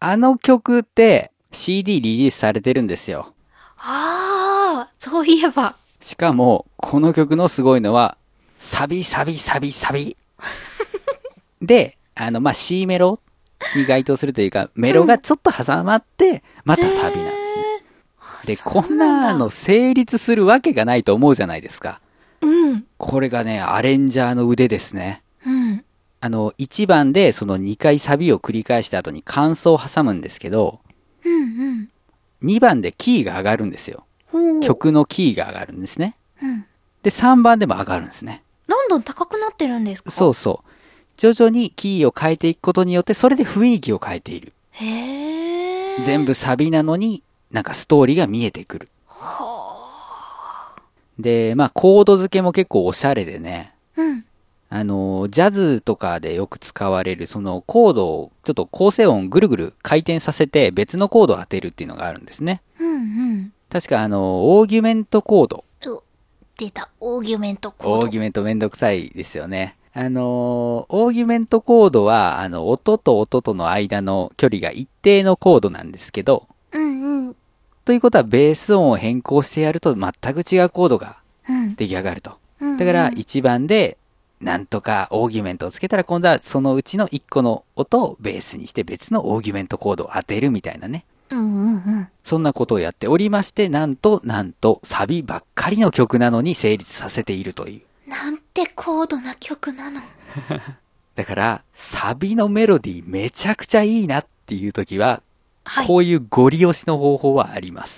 あの曲って CD リリースされてるんですよ。 ああ、そういえば。 しかも、この曲のすごいのは、サビサビサビサビ。で、まあ、C メロに該当するというか、メロがちょっと挟まって、またサビなんですね。で、こんなの成立するわけがないと思うじゃないですか。 うん。 これがね、アレンジャーの腕ですね。 うん。 1番でその2回サビを繰り返した後に間奏を挟むんですけど、 うんうん。 2番でキーが上がるんですよ。曲のキーが上がるんですね。 うん。 で、3番でも上がるんですね。 どんどん高くなってるんですか？ そうそう。徐々にキーを変えていくことによって、それで雰囲気を変えている。 へー。 全部サビなのに、なんかストーリーが見えてくる。 はで、まあ、コード付けも結構おしゃれでね。 うん。 ジャズとかでよく使われる、そのコードを、ちょっと構成音ぐるぐる回転させて別のコードを当てるっていうのがあるんですね。 うんうん。 確かオーギュメントコード。 出た、オーギュメントコード。 オーギュメントめんどくさいですよね。オーギュメントコードは、音と音との間の距離が一定のコードなんですけど、 うんうん。 ということはベース音を変更してやると全く違うコードが出来上がると。 うん、 だから1番でなんとかオーギュメントをつけたら今度はそのうちの1個の音をベースにして別のオーギュメントコードを当てるみたいなね。 うんうんうん。 そんなことをやっておりまして、なんとサビばっかりの曲なのに成立させているという。 なんて高度な曲なの。 だから、サビのメロディーめちゃくちゃいいなっていう時は、はい、こういうゴリ押しの方法はあります。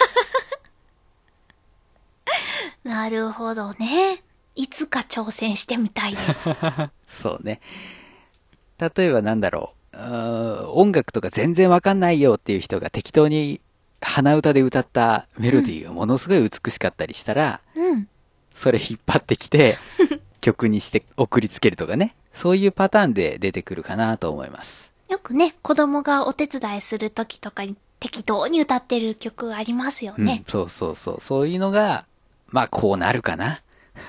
なるほどね。いつか挑戦してみたいです。 そうね。例えばなんだろう。音楽とか全然わかんないよっていう人が適当に鼻歌で歌ったメロディーがものすごい美しかったりしたら、 うん、 それ引っ張ってきて曲にして送りつけるとかね。そういうパターンで出てくるかなと思います。 よくね、子供がお手伝いする時とかに適当に歌ってる曲ありますよね。 うん、そうそうそう。そういうのが、まあこうなるかな。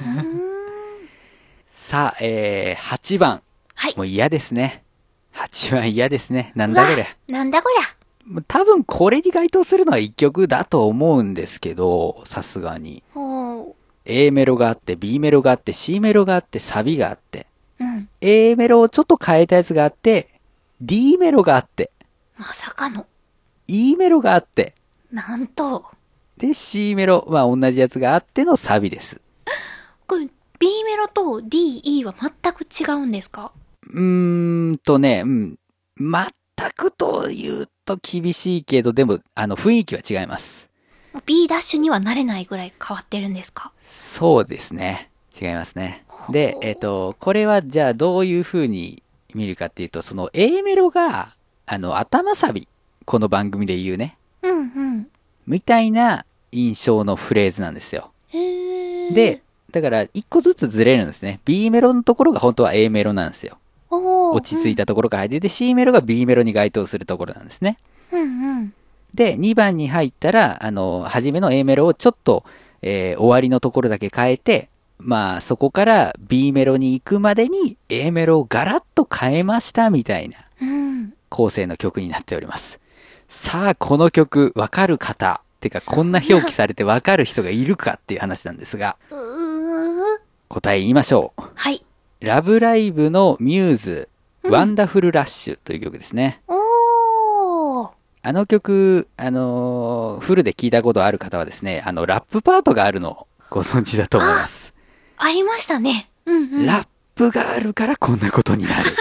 さあ、8番。はい。もう嫌ですね。8番嫌ですね。なんだこりゃ。 なんだこりゃ。多分これに該当するのは1曲だと思うんですけど、さすがに。A メロがあって、B メロがあって、C メロがあって、サビがあって。 うん。 A メロをちょっと変えたやつがあって、D メロがあって。 まさかの。 E メロがあって。 なんと。 で、C メロ。まあ同じやつがあってのサビです。 これ、B メロと D、E は全く違うんですか？ ね、全くと言うと厳しいけど、でも、雰囲気は違います。 B ダッシュにはなれないぐらい変わってるんですか？ そうですね。違いますね。で、これはじゃあどういう風に見るかっていうと、その A メロが、頭サビ。この番組で言うね。 うんうん。 みたいな印象のフレーズなんですよ。で、だから一個ずつずれるんですね。B メロのところが本当は A メロなんですよ。落ち着いたところから入ってて、C メロが B メロに該当するところなんですね。 うんうん。 で、2番に入ったら、初めの A メロをちょっと、終わりのところだけ変えて、まあ、そこから B メロに行くまでに A メロをガラッと変えましたみたいな、構成の曲になっております。さあ、この曲、わかる方、てか、こんな表記されてわかる人がいるかっていう話なんですが、答え言いましょう。 はい。 ラブライブのミューズ、ワンダフルラッシュという曲ですね。あの曲、フルで聞いたことある方はですね、ラップパートがあるのをご存知だと思います。 ありましたね。うんうん。 ラップがあるからこんなことになる。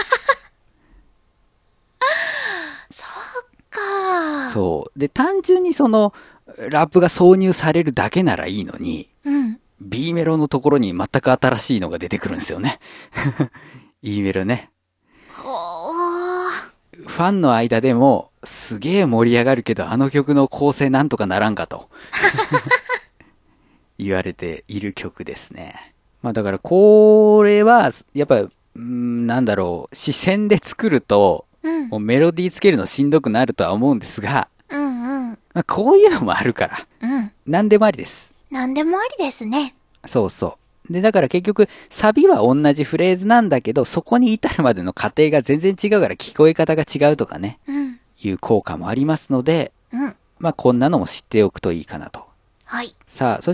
そっか。 そう。で、単純にその、ラップが挿入されるだけならいいのに、B メロのところに全く新しいのが出てくるんですよね。E メロね。ファンの間でもすげえ盛り上がるけどあの曲の構成なんとかならんかと言われている曲ですね。まあだからこれはやっぱなんだろう、視線で作ると、もうメロディーつけるのしんどくなるとは思うんですが、まあ、こういうのもあるから、何でもありです。 何でもありですね。 そうそう。で、だから結局、サビは同じフレーズなんだけど、そこに至るまでの過程が全然違うから聞こえ方が違うとかね。 いう効果もありますので、 うん。 まあこんなのも知っておくといいかなと。 はい。 さあ、そして、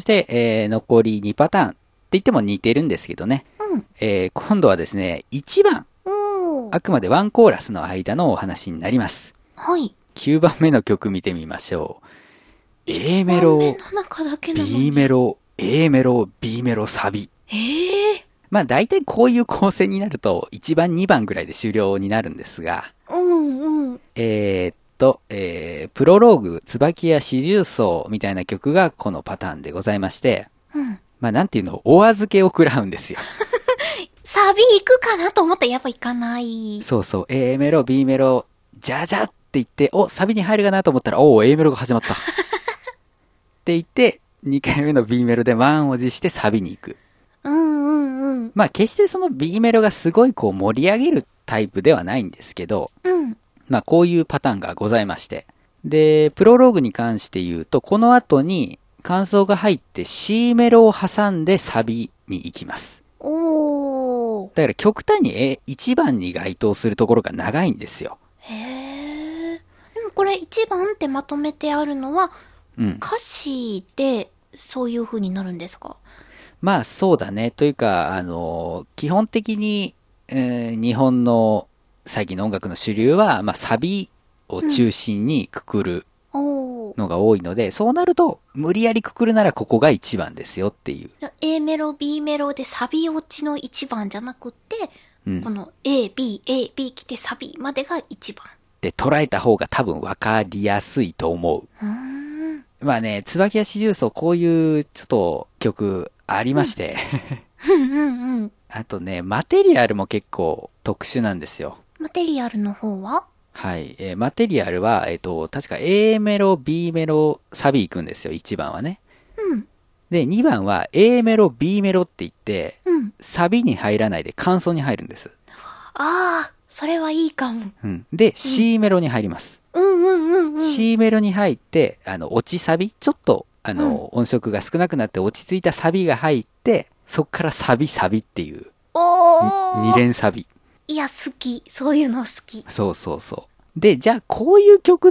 残り2パターンって言っても似てるんですけどね。 うん。 今度はですね、1番。あくまでワンコーラスの間のお話になります。 はい。 9番目の曲見てみましょう。A メロ、B メロ、A メロ、B メロ、サビ。まあ大体こういう構成になると1番2番ぐらいで終了になるんですが。 うんうん。 プロローグ、椿や四重奏みたいな曲がこのパターンでございまして。 うん。 まあなんていうの、お預けを食らうんですよ。 サビ行くかなと思ったらやっぱ行かない。 そうそう、A メロ、B メロ、じゃじゃって言って、お、サビに入るかなと思ったら、お、A メロが始まった。って言って、2回目の B メロで満を持してサビに行く。 うんうんうん。 まあ決してその B メロがすごいこう盛り上げるタイプではないんですけど、 うん。 まあこういうパターンがございまして。で、プロローグに関して言うと、この後に感想が入って C メロを挟んでサビに行きます。 おー。 だから極端に1番に該当するところが長いんですよ。 へー。でもこれ1番ってまとめてあるのは、 うん。 歌詞でそういう風になるんですか？ まあそうだね。というか、基本的に、日本の最近の音楽の主流は、まあサビを中心にくくるのが多いので、そうなると、無理やりくくるならここが1番ですよっていう。 A メロ、B メロでサビ落ちの1番じゃなくって、 うん、 この A、B、A、B 来てサビまでが1番。 で、捉えた方が多分分かりやすいと思う。まあね、椿屋四重奏こういうちょっと曲ありまして。あとね、マテリアルも結構特殊なんですよ。 マテリアルの方は？ はい。マテリアルは、確か A メロ、B メロ、サビ行くんですよ、1番はね。 うん。 で、2番は A メロ、B メロって言って、 うん。 サビに入らないで間奏に入るんです。 ああ、それはいいかも。 うん。で、C メロに入ります。C メロに入って、落ちサビちょっと、音色が少なくなって落ち着いたサビが入って、そっからサビっていう。二連サビ。 いや、好き。そういうの好き。 そうそうそう。で、じゃあ、こういう曲って、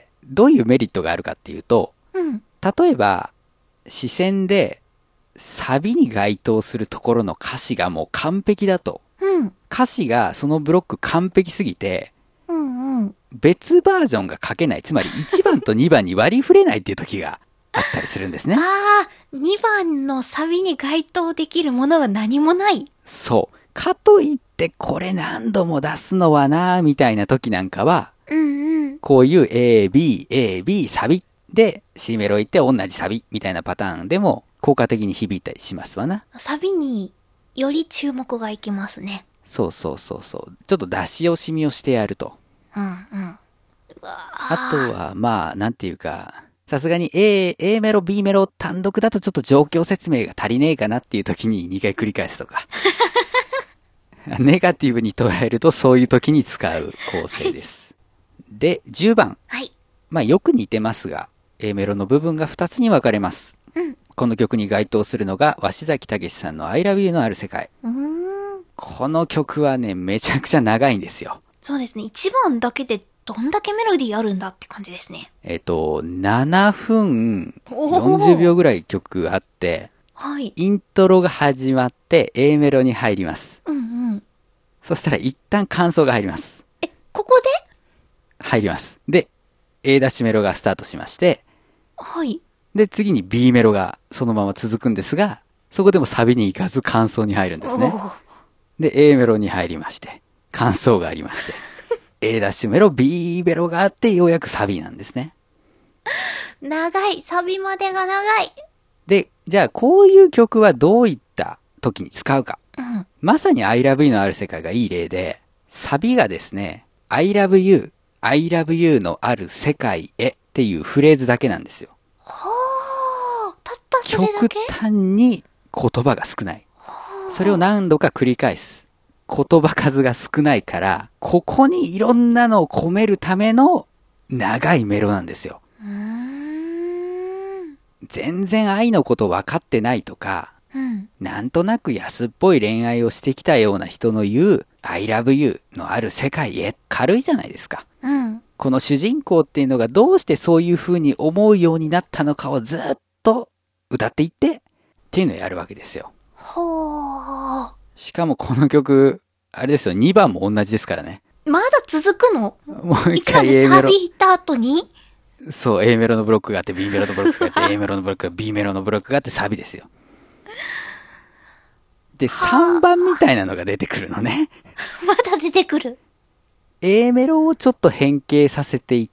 どういうメリットがあるかっていうと、 うん。 例えば、視線で、サビに該当するところの歌詞がもう完璧だと。 うん。 歌詞がそのブロック完璧すぎて、 うんうん。 別バージョンが書けない。つまり1番と2番に割り振れないっていう時があったりするんですね。 ああ、2番のサビに該当できるものが何もない。 そう。かといってこれ何度も出すのはなみたいな時なんかは、こういう A, B, A, B サビで C メロ行って同じサビみたいなパターンでも効果的に響いたりしますわな。 サビにより注目がいきますね。 そうそうそうそう。ちょっと出し惜しみをしてやると。あとは、まあ、なんていうか、さすがに A メロ、B メロ単独だとちょっと状況説明が足りねえかなっていう時に2回繰り返すとか。ネガティブに捉えるとそういう時に使う構成です。で、10番。 はい。 まあよく似てますが、A メロの部分が2つに分かれます。この曲に該当するのが、鷲崎武さんの I love you のある世界。この曲はね、めちゃくちゃ長いんですよ。 そうですね。1番だけでどんだけメロディーあるんだって感じですね。 7分40秒ぐらい曲あって、 はい。 イントロが始まって A メロに入ります。そしたら一旦感想が入ります。 ここで？ 入ります。で、A ダッシュメロがスタートしまして、 はい。 で、次に B メロがそのまま続くんですが、そこでもサビに行かず感想に入るんですね。で、A メロに入りまして、感想がありまして、A ダッシュメロ、B メロがあって、ようやくサビなんですね。 長い。サビまでが長い。 で、じゃあこういう曲はどういった時に使うか。まさに I love you のある世界がいい例で、サビがですね、I love you, I love you のある世界へっていうフレーズだけなんですよ。 たったそれだけ？ 極端に言葉が少ない。それを何度か繰り返す。言葉数が少ないから、ここにいろんなのを込めるための長いメロなんですよ。全然愛のこと分かってないとか、なんとなく安っぽい恋愛をしてきたような人の言う I love you のある世界へ軽いじゃないですか。 この主人公っていうのがどうしてそういう風に思うようになったのかをずっと歌っていって、っていうのをやるわけですよ。 ほー。 しかもこの曲、あれですよ、2番も同じですからね。 まだ続くの？ もう一回 A メロ。 サビ行った後に？ そう、A メロのブロックがあって、B メロのブロックがあって、A メロのブロックが B メロのブロックがあってサビですよ。で、3番みたいなのが出てくるのね。 まだ出てくる。 A メロをちょっと変形させていった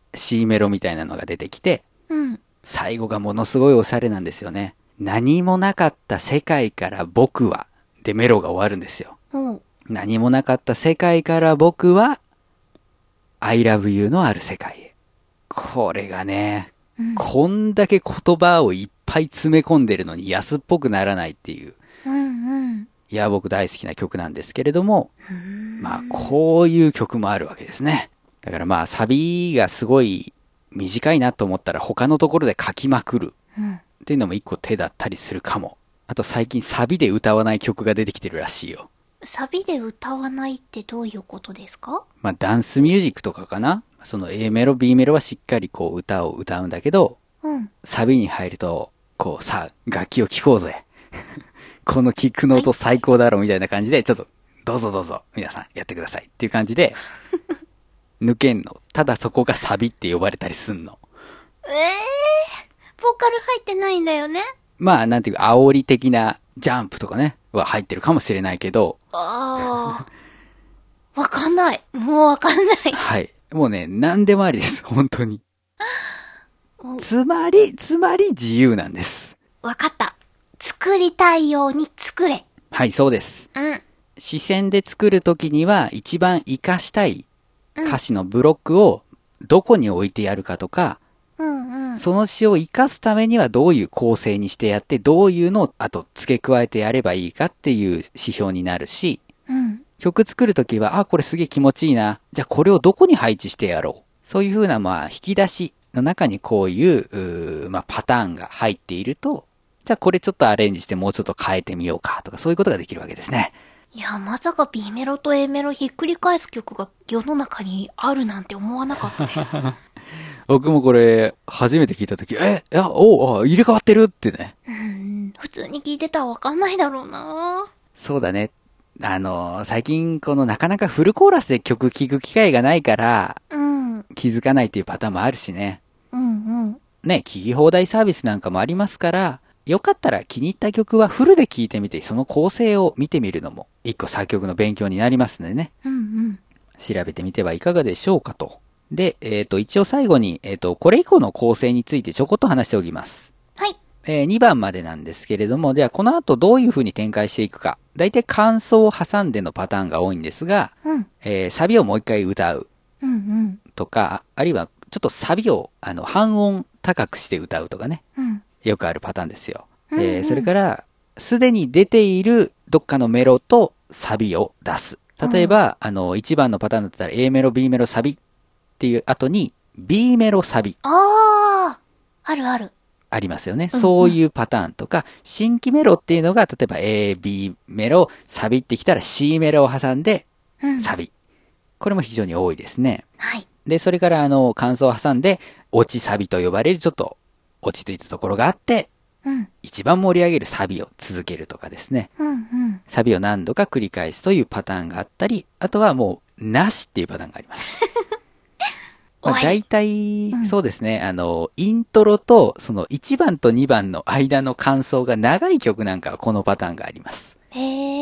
C メロみたいなのが出てきて、最後がものすごいおしゃれなんですよね。何もなかった世界から僕は、でメロが終わるんですよ。何もなかった世界から僕は、I love you のある世界へ。これがね、こんだけ言葉をいっぱい詰め込んでるのに安っぽくならないっていう。いや、僕大好きな曲なんですけれども、まあ、こういう曲もあるわけですね。だからまあ、サビがすごい短いなと思ったら他のところで書きまくる。っていうのも一個手だったりするかも。あと最近サビで歌わない曲が出てきてるらしいよ。 サビで歌わないってどういうことですか？ まあ、ダンスミュージックとかかな。その A メロ、B メロはしっかりこう歌を歌うんだけど、サビに入ると、こうさあ、楽器を聴こうぜ。このキックの音最高だろみたいな感じで、ちょっと、どうぞどうぞ、皆さんやってくださいっていう感じで、抜けんの。ただそこがサビって呼ばれたりすんの。 ボーカル入ってないんだよね。 まあ、なんていうか、煽り的なジャンプとかね、は入ってるかもしれないけど。 わかんない。もうわかんない。 はい。もうね、何でもありです。本当に。つまり自由なんです。 わかった。作りたいように作れ。 はい、そうです。視線で作るときには一番活かしたい歌詞のブロックをどこに置いてやるかとか、その詩を活かすためにはどういう構成にしてやって、どういうのをあと付け加えてやればいいかっていう指標になるし、曲作るときは、これすげえ気持ちいいな。じゃあこれをどこに配置してやろう。そういう風なまあ引き出しの中にこういうまあパターンが入っていると、じゃあこれちょっとアレンジしてもうちょっと変えてみようかとかそういうことができるわけですね。 いや、まさか B メロと A メロひっくり返す曲が世の中にあるなんて思わなかったです。 僕もこれ初めて聞いたとき、入れ替わってるってね。 普通に聞いてたらわかんないだろうな。 そうだね。最近このなかなかフルコーラスで曲聴く機会がないから、気づかないっていうパターンもあるしね。ね、聴き放題サービスなんかもありますから、よかったら気に入った曲はフルで聴いてみて、その構成を見てみるのも一個作曲の勉強になりますのでね。調べてみてはいかがでしょうかと。で、一応最後に、これ以降の構成についてちょこっと話しておきます。 はい。 2番までなんですけれども、じゃあこの後どういう風に展開していくか。だいたい間奏を挟んでのパターンが多いんですが、サビをもう一回歌う。とか、あるいはちょっとサビを半音高くして歌うとかね。よくあるパターンですよ。それから、すでに出ているどっかのメロとサビを出す。例えば、1番のパターンだったら A メロ、B メロ、サビっていう後に B メロ、サビ。 あるある。 ありますよね。そういうパターンとか、新規メロっていうのが、例えば A、B メロ、サビってきたら C メロを挟んで、サビ。これも非常に多いですね。 はい。 で、それから間奏を挟んで、落ちサビと呼ばれるちょっと落ち着いたところがあって、一番盛り上げるサビを続けるとかですね。サビを何度か繰り返すというパターンがあったり、あとはもう、なしっていうパターンがあります。大体、そうですね、イントロと、その1番と2番の間の間奏が長い曲なんかはこのパターンがあります。もう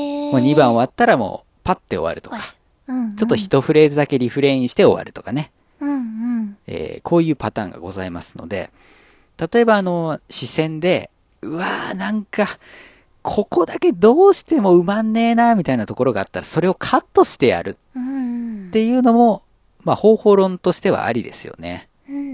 2番終わったらもう、パッて終わるとか、ちょっと一フレーズだけリフレインして終わるとかね。こういうパターンがございますので、例えば視線で、なんか、ここだけどうしても埋まんねえな、みたいなところがあったら、それをカットしてやるっていうのも、まあ方法論としてはありですよね。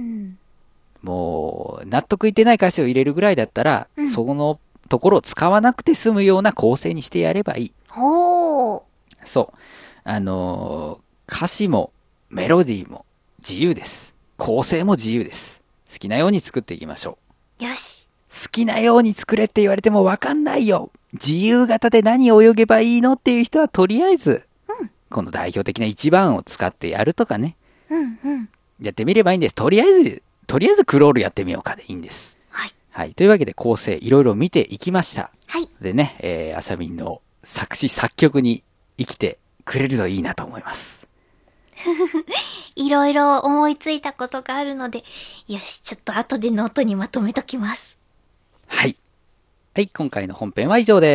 もう、納得いってない歌詞を入れるぐらいだったら、そのところを使わなくて済むような構成にしてやればいい。そう。歌詞もメロディーも自由です。構成も自由です。好きなように作っていきましょう。よし。 好きなように作れって言われてもわかんないよ。自由形で何を泳げばいいのっていう人はとりあえず、この代表的な1番を使ってやるとかね。 うんうん。 やってみればいいんです。とりあえずクロールやってみようかでいいんです。 はい。 はい。というわけで構成いろいろ見ていきました。 はい。 でね、アシャミンの作詞作曲に生きてくれるといいなと思います。 いろいろ思いついたことがあるので、よし、ちょっと後でノートにまとめときます。 はい。はい、今回の本編は以上です。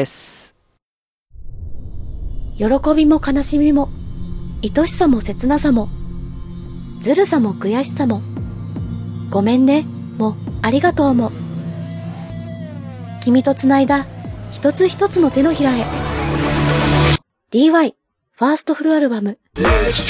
喜びも悲しみも、愛しさも切なさも、ずるさも悔しさも、ごめんね、もありがとうも。君と繋いだ一つ一つの手のひらへ。DY ファーストフルアルバム。きっと絶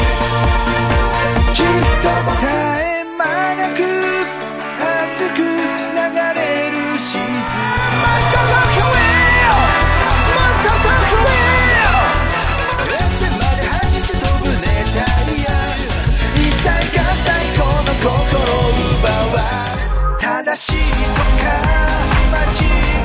え間なく熱く流れるシーズン。もっと遠くへ、もっと遠くへ。連戦まで走って飛ぶ熱帯夜。一切が最高の心を奪われ。正しいとか間違い。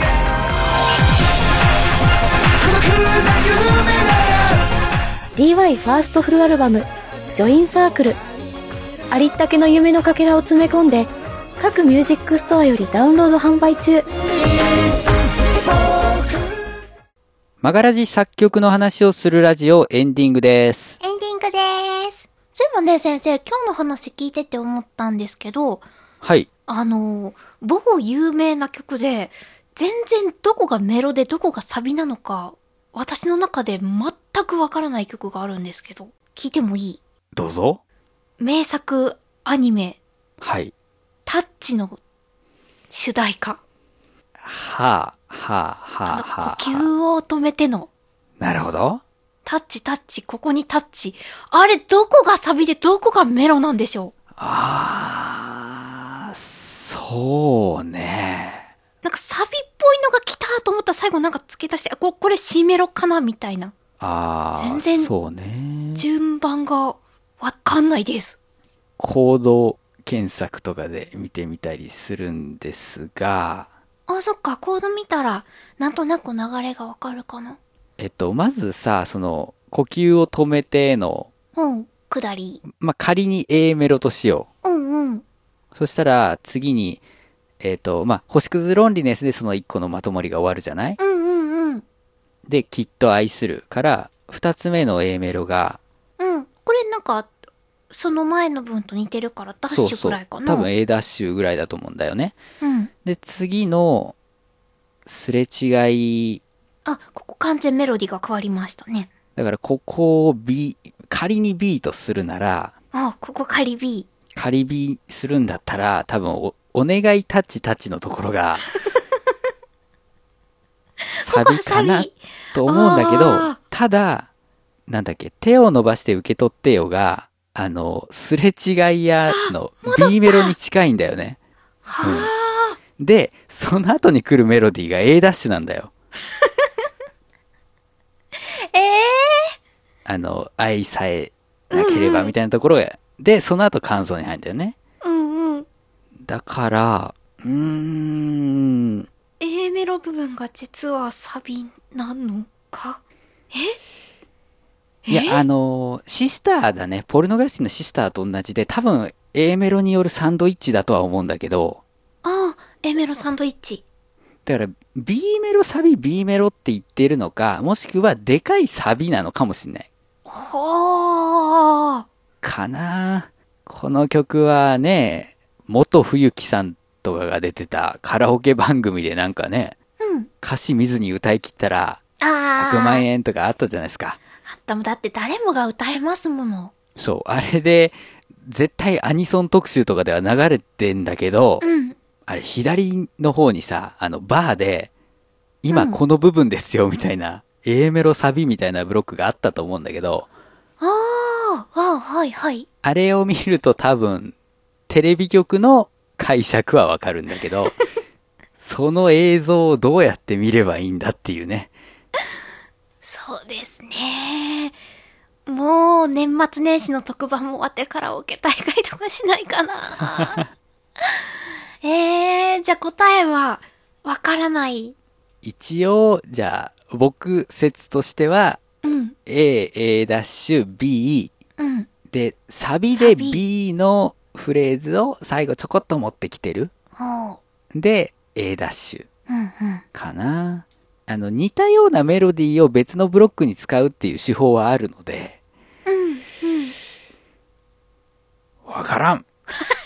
孤独な夢なら。DY ファーストフルアルバムジョインサークル。ありったけの夢のかけらを詰め込んで各ミュージックストアよりダウンロード販売中。 マガラジ作曲の話をするラジオエンディングです。 エンディングです。そういえばね先生、今日の話聞いてて思ったんですけど、 はい。 某有名な曲で全然どこがメロでどこがサビなのか私の中で全くわからない曲があるんですけど、聞いてもいい？ どうぞ。 名作アニメ。 はい。 タッチの主題歌。 はあ、はあ、はあ、はあ。 呼吸を止めての。 なるほど。 タッチ、ここにタッチ。あれ、どこがサビでどこがメロなんでしょう？ そうね。 なんかサビっぽいのが来たと思ったら最後なんか付け足して、これ C メロかなみたいな。全然、 そうね。 順番がわかんないです。 コード検索とかで見てみたりするんですが。 あ、そっか、コード見たら、なんとなく流れがわかるかな。 まずさ、呼吸を止めての、 下り。 仮に A メロとしよう。 そしたら、次に、星屑ロンリネスでその1個のまとまりが終わるじゃない？で、きっと愛するから、2つ目の A メロが、 これなんか、その前の文と似てるからダッシュぐらいかな。 多分 A ダッシュぐらいだと思うんだよね。で、次の、すれ違い。 あ、ここ完全メロディが変わりましたね。 だからここを B、仮に B とするなら、 ここ仮 B。 仮 B するんだったら、多分お願いタッチのところが、サビかなと思うんだけど、ただ、なんだっけ、手を伸ばして受け取ってよが、すれ違いやの B メロに近いんだよね。で、その後に来るメロディーが A ダッシュなんだよ。愛さえなければみたいなところが、で、その後感想に入るんだよね。だから、A メロ部分が実はサビなのか？ いや、シスターだね。ポルノグラフィティのシスターと同じで、多分 A メロによるサンドイッチだとは思うんだけど。 A メロサンドイッチ。 だから、B メロサビ B メロって言ってるのか、もしくはでかいサビなのかもしれない。かな。この曲はね、元冬木さんとかが出てたカラオケ番組でなんかね、歌詞見ずに歌い切ったら、100万円とかあったじゃないですか。 だって誰もが歌えますもの。 そう、あれで、絶対アニソン特集とかでは流れてんだけど、あれ左の方にさ、バーで、今この部分ですよみたいな、A メロサビみたいなブロックがあったと思うんだけど、 はいはい。 あれを見ると多分、テレビ局の解釈はわかるんだけど、その映像をどうやって見ればいいんだっていうね。 そうですね。もう年末年始の特番も終わってカラオケ大会とかしないかな。じゃあ答えはわからない。 一応、じゃあ、僕説としては、A、A ダッシュ、B、 で、サビで B のフレーズを最後ちょこっと持ってきてる。で、A ダッシュかな。似たようなメロディーを別のブロックに使うっていう手法はあるので、わからん。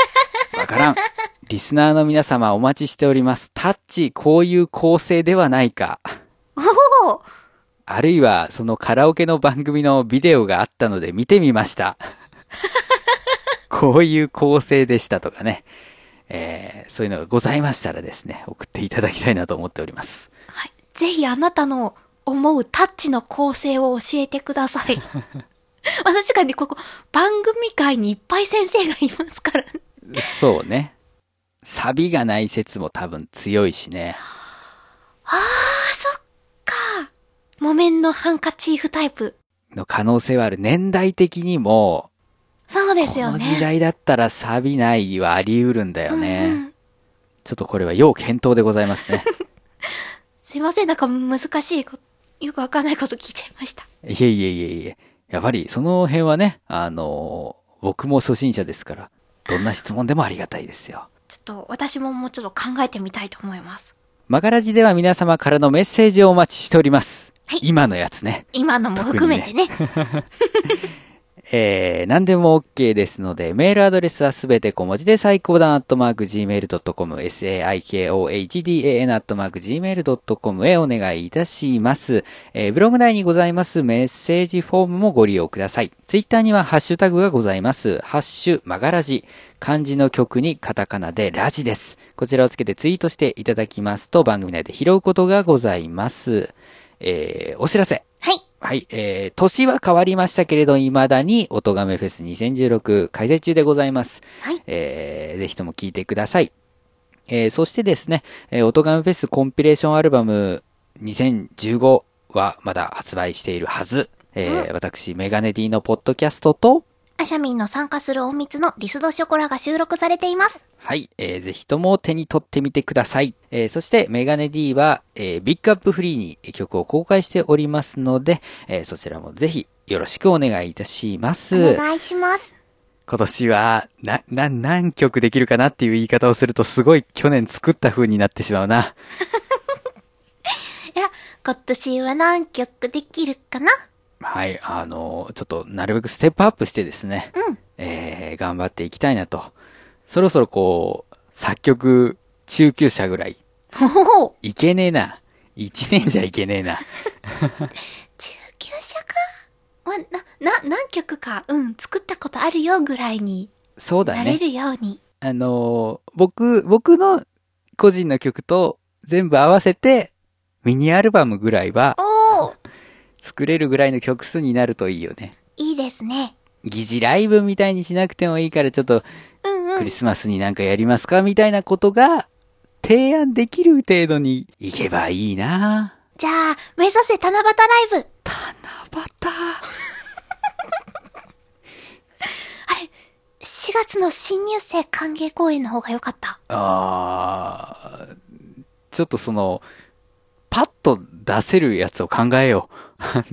リスナーの皆様お待ちしております。タッチ、こういう構成ではないか。あるいは、そのカラオケの番組のビデオがあったので見てみました。こういう構成でしたとかね。そういうのがございましたらですね、送っていただきたいなと思っております。 はい。ぜひあなたの思うタッチの構成を教えてください。確かにここ、番組界にいっぱい先生がいますからね。 そうね。サビがない説も多分強いしね。 そっか。木綿のハンカチーフタイプ。 の可能性はある。年代的にも、 そうですよね。 この時代だったらサビないはあり得るんだよね。ちょっとこれは要検討でございますね。 すいません、なんか難しいこと、よくわかんないこと聞いちゃいました。 いえ。やっぱりその辺はね、僕も初心者ですから、どんな質問でもありがたいですよ。 ちょっと私ももうちょっと考えてみたいと思います。 マガラジでは皆様からのメッセージをお待ちしております。はい。今のやつね。 今のも含めてね。 何でも OK ですので、メールアドレスはすべて小文字で最高段@gmail.com、saikodan@gmail.com へお願いいたします。ブログ内にございますメッセージフォームもご利用ください。ツイッターにはハッシュタグがございます。ハッシュマガラジ。漢字の曲にカタカナでラジです。こちらをつけてツイートしていただきますと番組内で拾うことがございます。お知らせ。はい。年は変わりましたけれど、未だに、おとがめフェス2016開催中でございます。はい。ぜひとも聞いてください。そしてですね、おとがめフェスコンピレーションアルバム2015はまだ発売しているはず。私、メガネ D のポッドキャストと、 アシャミンの参加する隠密のリスドショコラが収録されています。 はい。ぜひとも手に取ってみてください。そして、メガネ D は、ビッグアップフリーに曲を公開しておりますので、そちらもぜひよろしくお願いいたします。 お願いします。 今年は、何曲できるかなっていう言い方をするとすごい去年作った風になってしまうな。 いや、今年は何曲できるかな？ はい、ちょっとなるべくステップアップしてですね、頑張っていきたいなと。そろそろこう、作曲中級者ぐらい。いけねえな。1年じゃいけねえな。 中級者か何曲か、作ったことあるよぐらいに。 そうだね。 なれるように。 僕の個人の曲と全部合わせて、ミニアルバムぐらいは、作れるぐらいの曲数になるといいよね。 いいですね。 疑似ライブみたいにしなくてもいいからちょっと、クリスマスになんかやりますかみたいなことが提案できる程度にいけばいいな。 じゃあ、目指せ七夕ライブ。 七夕。 あれ、4月の新入生歓迎公演の方が良かった。 ちょっとパッと出せるやつを考えよう。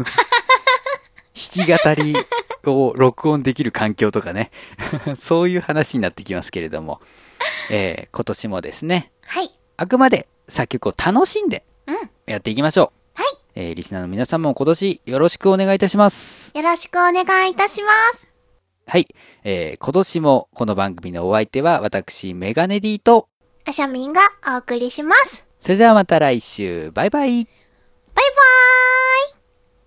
弾き語りを録音できる環境とかね。そういう話になってきますけれども。今年もですね。 はい。 あくまで作曲を楽しんで、やっていきましょう。はい。 リスナーの皆さんも今年よろしくお願いいたします。 よろしくお願いいたします。 はい。今年もこの番組のお相手は私、メガネ D と、 アシャミンがお送りします。 それではまた来週。バイバイ。 バイバーイ。